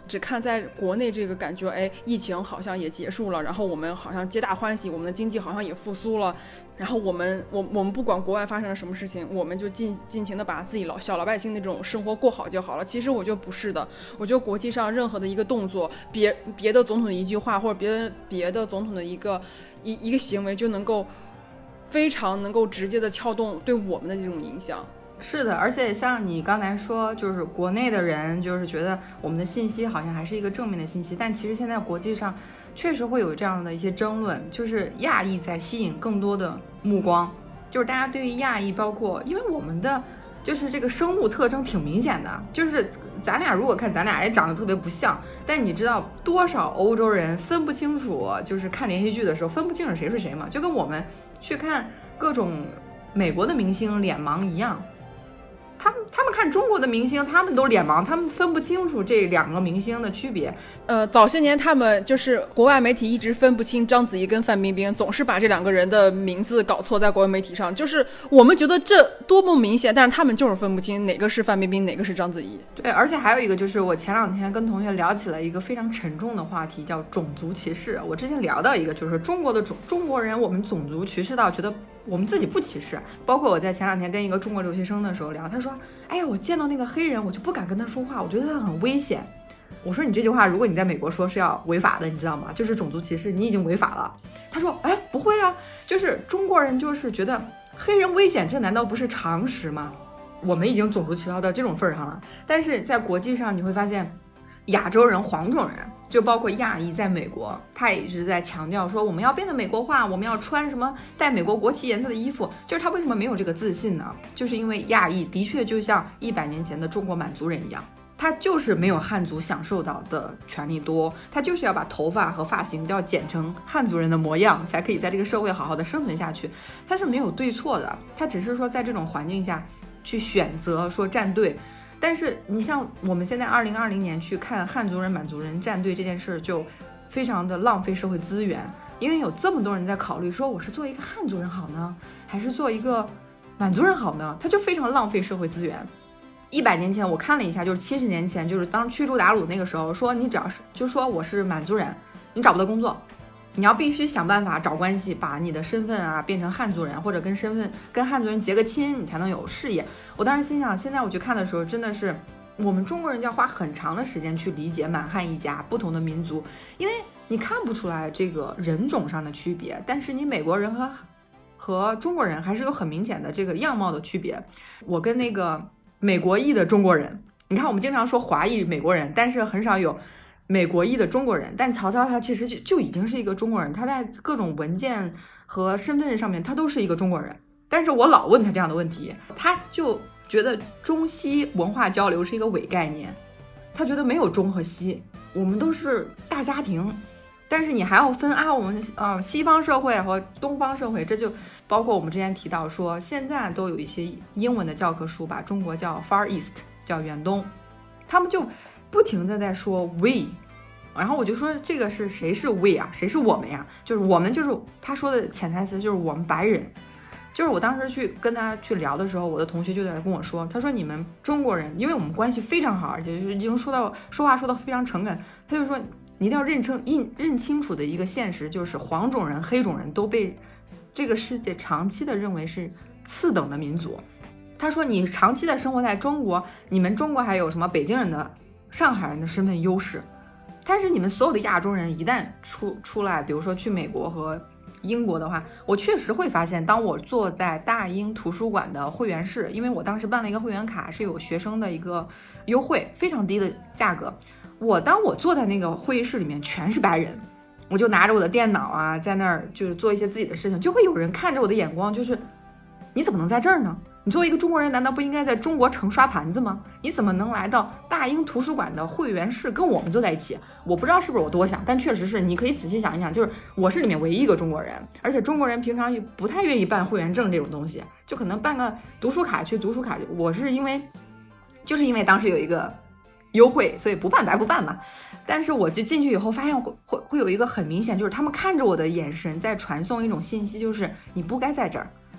S2: 只看在国内这个感觉，哎，疫情好像也结束了，然后我们好像皆大欢喜，我们的经济好像也复苏了，然后我们我我们不管国外发生了什么事情，我们就尽尽情的把自己老小老百姓那种生活过好就好了。其实我觉得不是的，我觉得国际上任何的一个动作，别别的总统的一句话，或者别的别的总统的一个一一个行为，就能够非常能够直接的撬动对我们的这种影响。
S1: 是的，而且像你刚才说，就是国内的人就是觉得我们的信息好像还是一个正面的信息，但其实现在国际上确实会有这样的一些争论，就是亚裔在吸引更多的目光，就是大家对于亚裔，包括因为我们的就是这个生物特征挺明显的，就是咱俩如果看咱俩也长得特别不像，但你知道多少欧洲人分不清楚，就是看连续剧的时候分不清楚谁是谁嘛，就跟我们去看各种美国的明星脸盲一样。他们他们看中国的明星，他们都脸盲，他们分不清楚这两个明星的区别。
S2: 呃，早些年他们就是国外媒体一直分不清章子怡跟范冰冰，总是把这两个人的名字搞错在国外媒体上，就是我们觉得这多么明显，但是他们就是分不清哪个是范冰冰，哪个是章子怡。
S1: 对，而且还有一个就是我前两天跟同学聊起了一个非常沉重的话题，叫种族歧视。我之前聊到一个，就是中国的种中国人，我们种族歧视到觉得我们自己不歧视，包括我在前两天跟一个中国留学生的时候聊，他说哎呀，我见到那个黑人我就不敢跟他说话，我觉得他很危险。我说你这句话如果你在美国说是要违法的，你知道吗？就是种族歧视，你已经违法了。他说哎，不会啊，就是中国人就是觉得黑人危险，这难道不是常识吗？我们已经种族歧视到这种份上了。但是在国际上你会发现亚洲人、黄种人，就包括亚裔，在美国他也一直在强调说我们要变得美国化，我们要穿什么带美国国旗颜色的衣服。就是他为什么没有这个自信呢？就是因为亚裔的确就像一百年前的中国满族人一样，他就是没有汉族享受到的权利多，他就是要把头发和发型都要剪成汉族人的模样，才可以在这个社会好好的生存下去。他是没有对错的，他只是说在这种环境下去选择说站队。但是你像我们现在二零二零年去看汉族人满族人站队这件事，就非常的浪费社会资源，因为有这么多人在考虑说我是做一个汉族人好呢，还是做一个满族人好呢，他就非常浪费社会资源。一百年前我看了一下，就是七十年前，就是当驱逐鞑虏那个时候，说你只要是就说我是满族人，你找不到工作，你要必须想办法找关系，把你的身份啊变成汉族人，或者跟身份跟汉族人结个亲，你才能有事业。我当时心想，现在我去看的时候，真的是我们中国人要花很长的时间去理解满汉一家不同的民族，因为你看不出来这个人种上的区别，但是你美国人和和中国人还是有很明显的这个样貌的区别。我跟那个美国裔的中国人，你看我们经常说华裔美国人，但是很少有美国裔的中国人，但曹操他其实就就已经是一个中国人，他在各种文件和身份上面他都是一个中国人。但是我老问他这样的问题，他就觉得中西文化交流是一个伪概念，他觉得没有中和西，我们都是大家庭。但是你还要分啊，我们呃西方社会和东方社会，这就包括我们之前提到说，现在都有一些英文的教科书把中国叫 Far East， 叫远东，他们就不停的在说 we， 然后我就说这个是谁是 we 啊，谁是我们呀？就是我们就是他说的潜台词就是我们白人。就是我当时去跟他去聊的时候，我的同学就在跟我说，他说你们中国人，因为我们关系非常好，而且就是已经说到说话说到非常诚恳，他就说你一定要认清认认清楚的一个现实，就是黄种人、黑种人都被这个世界长期的认为是次等的民族。他说你长期的生活在中国，你们中国还有什么北京人的、上海人的身份优势，但是你们所有的亚洲人一旦出出来，比如说去美国和英国的话，我确实会发现，当我坐在大英图书馆的会员室，因为我当时办了一个会员卡，是有学生的一个优惠，非常低的价格。我当我坐在那个会议室里面，全是白人，我就拿着我的电脑啊，在那儿就是做一些自己的事情，就会有人看着我的眼光，就是你怎么能在这儿呢？你作为一个中国人，难道不应该在中国城刷盘子吗？你怎么能来到大英图书馆的会员室跟我们坐在一起？我不知道是不是我多想，但确实是，你可以仔细想一想，就是我是里面唯一一个中国人，而且中国人平常也不太愿意办会员证这种东西，就可能办个读书卡去读书卡。我是因为就是因为当时有一个优惠，所以不办白不办嘛。但是我就进去以后发现会会会有一个很明显，就是他们看着我的眼神在传送一种信息，就是你不该在这儿。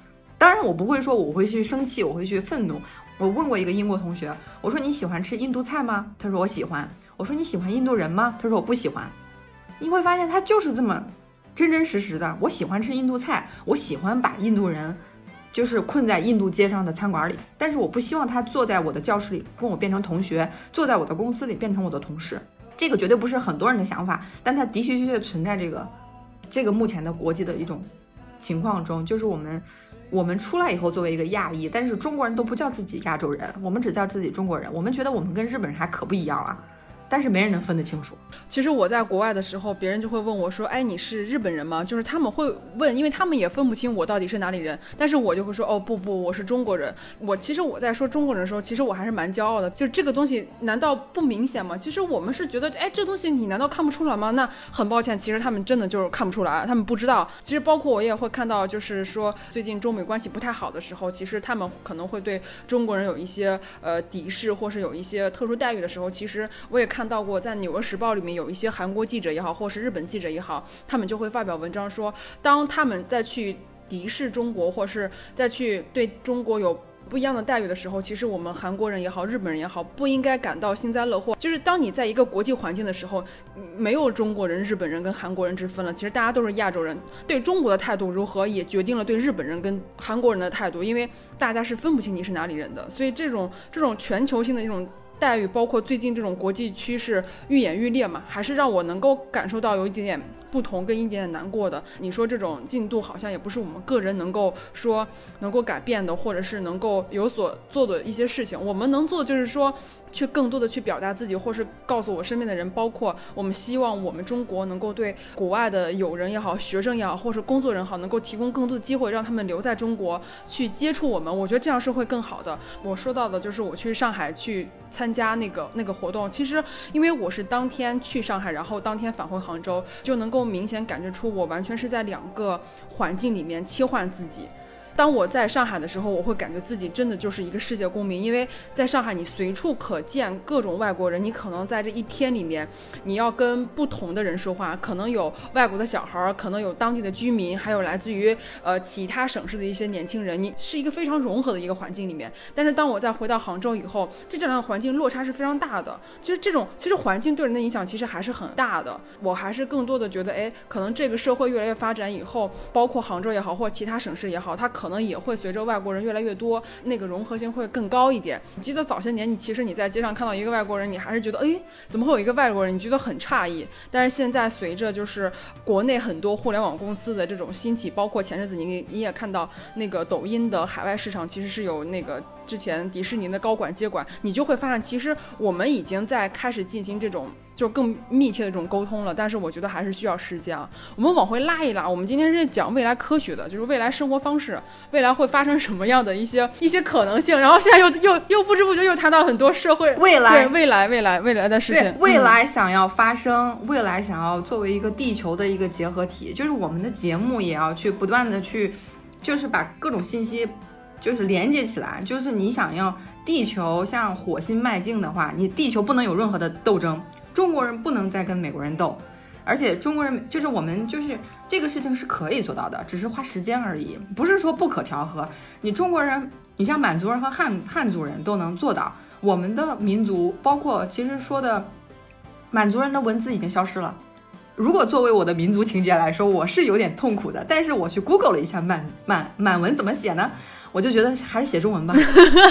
S1: 当然我不会说我会去生气，我会去愤怒。我问过一个英国同学，我说你喜欢吃印度菜吗？他说我喜欢。我说你喜欢印度人吗？他说我不喜欢。你会发现他就是这么真真实实的，我喜欢吃印度菜，我喜欢把印度人就是困在印度街上的餐馆里，但是我不希望他坐在我的教室里跟我变成同学，坐在我的公司里变成我的同事。这个绝对不是很多人的想法，但它的确确确存在这个这个目前的国际的一种情况中，就是我们我们出来以后作为一个亚裔，但是中国人都不叫自己亚洲人，我们只叫自己中国人，我们觉得我们跟日本人还可不一样啊，但是没人能分得清楚。
S2: 其实我在国外的时候，别人就会问我说，哎，你是日本人吗？就是他们会问，因为他们也分不清我到底是哪里人，但是我就会说，哦不不，我是中国人。我其实我在说中国人的时候，其实我还是蛮骄傲的，就这个东西难道不明显吗？其实我们是觉得，哎，这东西你难道看不出来吗？那很抱歉，其实他们真的就是看不出来，他们不知道。其实包括我也会看到，就是说最近中美关系不太好的时候，其实他们可能会对中国人有一些呃敌视，或是有一些特殊待遇的时候，其实我也看到过，在纽约时报里面有一些韩国记者也好，或是日本记者也好，他们就会发表文章说，当他们再去敌视中国，或是再去对中国有不一样的待遇的时候，其实我们韩国人也好，日本人也好，不应该感到幸灾乐祸。就是当你在一个国际环境的时候，没有中国人、日本人跟韩国人之分了，其实大家都是亚洲人。对中国的态度如何，也决定了对日本人跟韩国人的态度，因为大家是分不清你是哪里人的。所以这种这种全球性的一种待遇，包括最近这种国际趋势愈演愈烈嘛，还是让我能够感受到有一点点不同跟一点点难过的。你说这种进度好像也不是我们个人能够说能够改变的，或者是能够有所做的一些事情。我们能做的就是说去更多的去表达自己，或是告诉我身边的人，包括我们希望我们中国能够对国外的友人也好，学生也好，或是工作人好，能够提供更多的机会，让他们留在中国去接触我们。我觉得这样是会更好的。我说到的就是我去上海去参加那个那个活动，其实因为我是当天去上海，然后当天返回杭州，就能够明显感觉出我完全是在两个环境里面切换自己。当我在上海的时候，我会感觉自己真的就是一个世界公民，因为在上海你随处可见各种外国人，你可能在这一天里面你要跟不同的人说话，可能有外国的小孩，可能有当地的居民，还有来自于呃其他省市的一些年轻人，你是一个非常融合的一个环境里面。但是当我再回到杭州以后，这两个环境落差是非常大的，就是这种其实环境对人的影响其实还是很大的。我还是更多的觉得，哎，可能这个社会越来越发展以后，包括杭州也好，或者其他省市也好，它可能也会随着外国人越来越多，那个融合性会更高一点。你记得早些年，你其实你在街上看到一个外国人，你还是觉得，哎，怎么会有一个外国人？你觉得很诧异。但是现在随着就是国内很多互联网公司的这种兴起，包括前阵子你你也看到那个抖音的海外市场，其实是有那个之前迪士尼的高管接管，你就会发现，其实我们已经在开始进行这种就更密切的这种沟通了，但是我觉得还是需要时间啊。我们往回拉一拉，我们今天是讲未来科学的，就是未来生活方式，未来会发生什么样的一些一些可能性。然后现在又又又不知不觉又谈到很多社会
S1: 未来
S2: 对未来未来未来的事情，
S1: 未来想要发生、嗯，未来想要作为一个地球的一个结合体，就是我们的节目也要去不断的去，就是把各种信息就是连接起来。就是你想要地球向火星迈进的话，你地球不能有任何的斗争。中国人不能再跟美国人斗，而且中国人就是我们就是这个事情是可以做到的，只是花时间而已，不是说不可调和。你中国人，你像满族人和汉汉族人都能做到。我们的民族，包括其实说的满族人的文字已经消失了。如果作为我的民族情节来说，我是有点痛苦的。但是我去 Google 了一下满满满文怎么写呢，我就觉得还是写中文吧。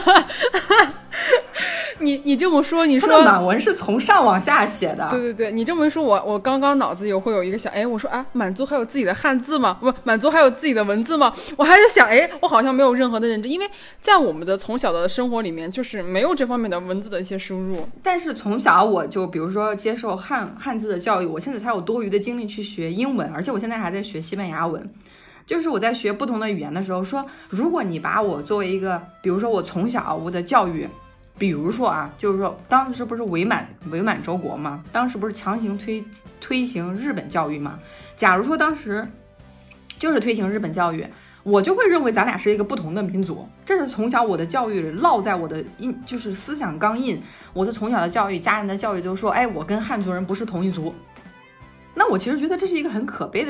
S1: 你
S2: 你这么说，你说
S1: 满文是从上往下写的。
S2: 对对对，你这么一说，我我刚刚脑子有会有一个想，哎，我说啊，满族还有自己的汉字吗？不，满族还有自己的文字吗？我还在想，哎，我好像没有任何的认知，因为在我们的从小的生活里面，就是没有这方面的文字的一些输入。
S1: 但是从小我就比如说接受汉汉字的教育，我现在才有多余的精力去学英文，而且我现在还在学西班牙文。就是我在学不同的语言的时候说，如果你把我作为一个，比如说我从小我的教育，比如说啊，就是说当时不是伪满伪满洲国吗？当时不是强行推推行日本教育吗？假如说当时就是推行日本教育，我就会认为咱俩是一个不同的民族。这是从小我的教育烙在我的印，就是思想钢印。我的从小的教育，家人的教育都说，哎，我跟汉族人不是同一族。那我其实觉得这是一个很可悲的一个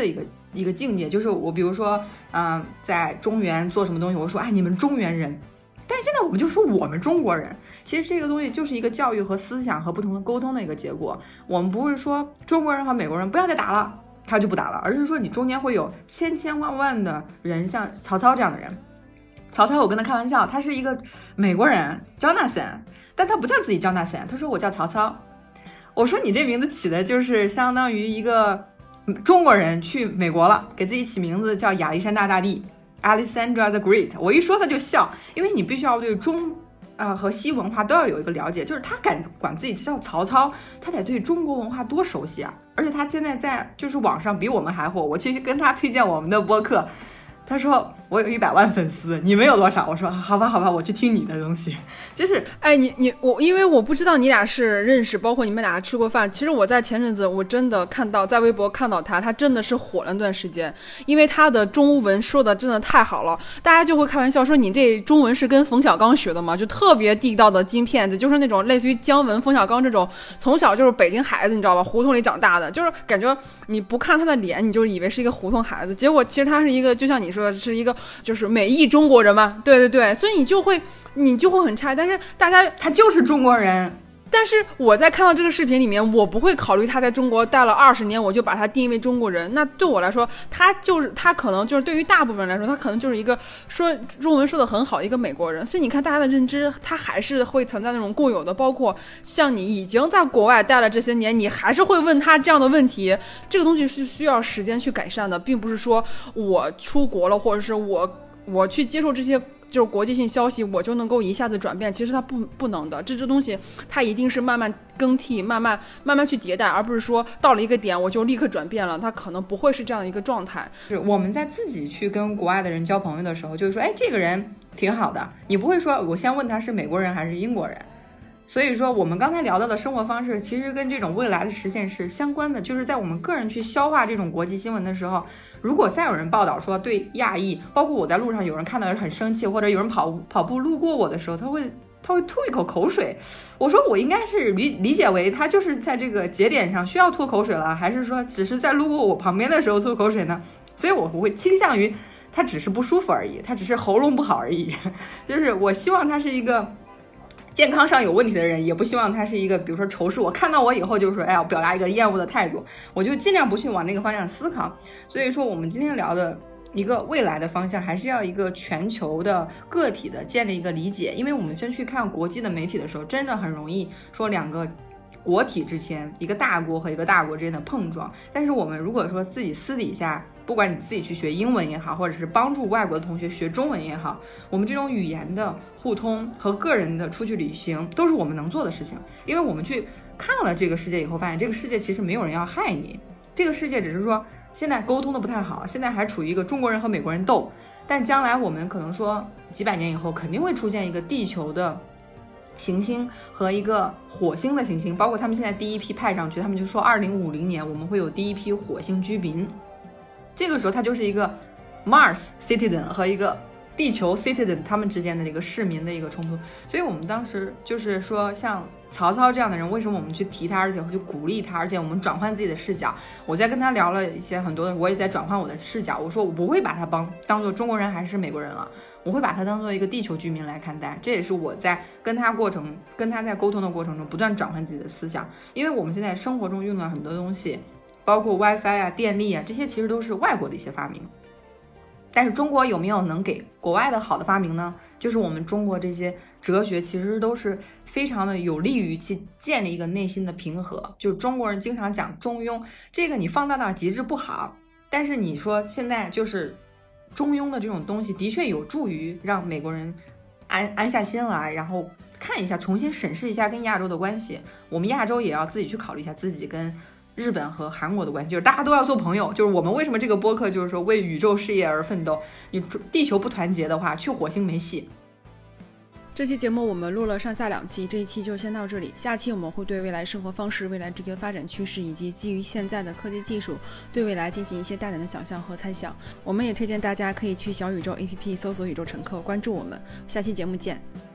S1: 一个境界，就是我比如说，嗯、呃，在中原做什么东西，我说哎，你们中原人，但是现在我们就说我们中国人，其实这个东西就是一个教育和思想和不同的沟通的一个结果。我们不是说中国人和美国人不要再打了，他就不打了，而是说你中间会有千千万万的人，像曹操这样的人。曹操我跟他开玩笑，他是一个美国人 Jonathan， 但他不叫自己 Jonathan， 他说我叫曹操。我说你这名字起的就是相当于一个中国人去美国了，给自己起名字叫亚历山大大帝 Alexander the Great。 我一说他就笑，因为你必须要对中呃和西文化都要有一个了解，就是他敢管自己叫曹操，他得对中国文化多熟悉啊！而且他现在在就是网上比我们还火，我去跟他推荐我们的播客，他说我有一百万粉丝，你们有多少？我说好吧好吧，我去听你的东西。就是
S2: 哎，你你我，因为我不知道你俩是认识，包括你们俩吃过饭。其实我在前阵子我真的看到在微博看到他，他真的是火了那段时间，因为他的中文说的真的太好了，大家就会开玩笑说你这中文是跟冯小刚学的吗？就特别地道的金片子，就是那种类似于姜文、冯小刚这种从小就是北京孩子，你知道吧，胡同里长大的，就是感觉你不看他的脸，你就以为是一个胡同孩子，结果其实他是一个，就像你说的，是一个就是美裔中国人嘛，对对对，所以你就会你就会很差，但是大家
S1: 他就是中国人。
S2: 但是我在看到这个视频里面，我不会考虑他在中国待了二十年，我就把他定义为中国人。那对我来说，他就是他可能就是对于大部分人来说，他可能就是一个说中文说的很好的一个美国人。所以你看大家的认知，他还是会存在那种固有的，包括像你已经在国外待了这些年，你还是会问他这样的问题。这个东西是需要时间去改善的，并不是说我出国了，或者是我我去接受这些就是国际性消息，我就能够一下子转变，其实它不不能的。这这东西它一定是慢慢更替，慢慢慢慢去迭代，而不是说到了一个点我就立刻转变了，它可能不会是这样的一个状态。
S1: 是我们在自己去跟国外的人交朋友的时候，就是说，哎，这个人挺好的，你不会说我先问他是美国人还是英国人。所以说我们刚才聊到的生活方式其实跟这种未来的实现是相关的，就是在我们个人去消化这种国际新闻的时候，如果再有人报道说对亚裔，包括我在路上有人看到很生气，或者有人跑跑步路过我的时候，他会他会吐一口口水，我说我应该是理理解为他就是在这个节点上需要吐口水了，还是说只是在路过我旁边的时候吐口水呢？所以我会倾向于他只是不舒服而已，他只是喉咙不好而已，就是我希望他是一个健康上有问题的人，也不希望他是一个比如说仇视我，看到我以后就是说哎呀表达一个厌恶的态度，我就尽量不去往那个方向思考。所以说我们今天聊的一个未来的方向还是要一个全球的个体的建立一个理解，因为我们真去看国际的媒体的时候，真的很容易说两个国体之间，一个大国和一个大国之间的碰撞。但是我们如果说自己私底下，不管你自己去学英文也好，或者是帮助外国的同学学中文也好，我们这种语言的互通和个人的出去旅行都是我们能做的事情。因为我们去看了这个世界以后，发现这个世界其实没有人要害你，这个世界只是说现在沟通的不太好，现在还处于一个中国人和美国人斗，但将来我们可能说几百年以后肯定会出现一个地球的行星和一个火星的行星，包括他们现在第一批派上去，他们就说二零五零年我们会有第一批火星居民，这个时候它就是一个 Mars citizen 和一个地球 citizen 他们之间的这个市民的一个冲突。所以我们当时就是说像曹操这样的人，为什么我们去提他，而且会去鼓励他，而且我们转换自己的视角。我在跟他聊了一些很多的，我也在转换我的视角，我说我不会把他帮当做中国人还是美国人了，我会把他当做一个地球居民来看待。这也是我在跟他过程跟他在沟通的过程中不断转换自己的思想。因为我们现在生活中用到很多东西，包括 WiFi 啊、电力啊，这些其实都是外国的一些发明，但是中国有没有能给国外的好的发明呢？就是我们中国这些哲学其实都是非常的有利于去建立一个内心的平和。就是中国人经常讲中庸，这个你放大到极致不好，但是你说现在就是中庸的这种东西的确有助于让美国人安安下心来，然后看一下，重新审视一下跟亚洲的关系。我们亚洲也要自己去考虑一下自己跟日本和韩国的关系，就是大家都要做朋友。就是我们为什么这个播客就是说为宇宙事业而奋斗，你地球不团结的话，去火星没戏。
S2: 这期节目我们录了上下两期，这一期就先到这里，下期我们会对未来生活方式、未来这个发展趋势以及基于现在的科技技术对未来进行一些大胆的想象和猜想。我们也推荐大家可以去小宇宙 A P P 搜索宇宙乘客，关注我们。下期节目见。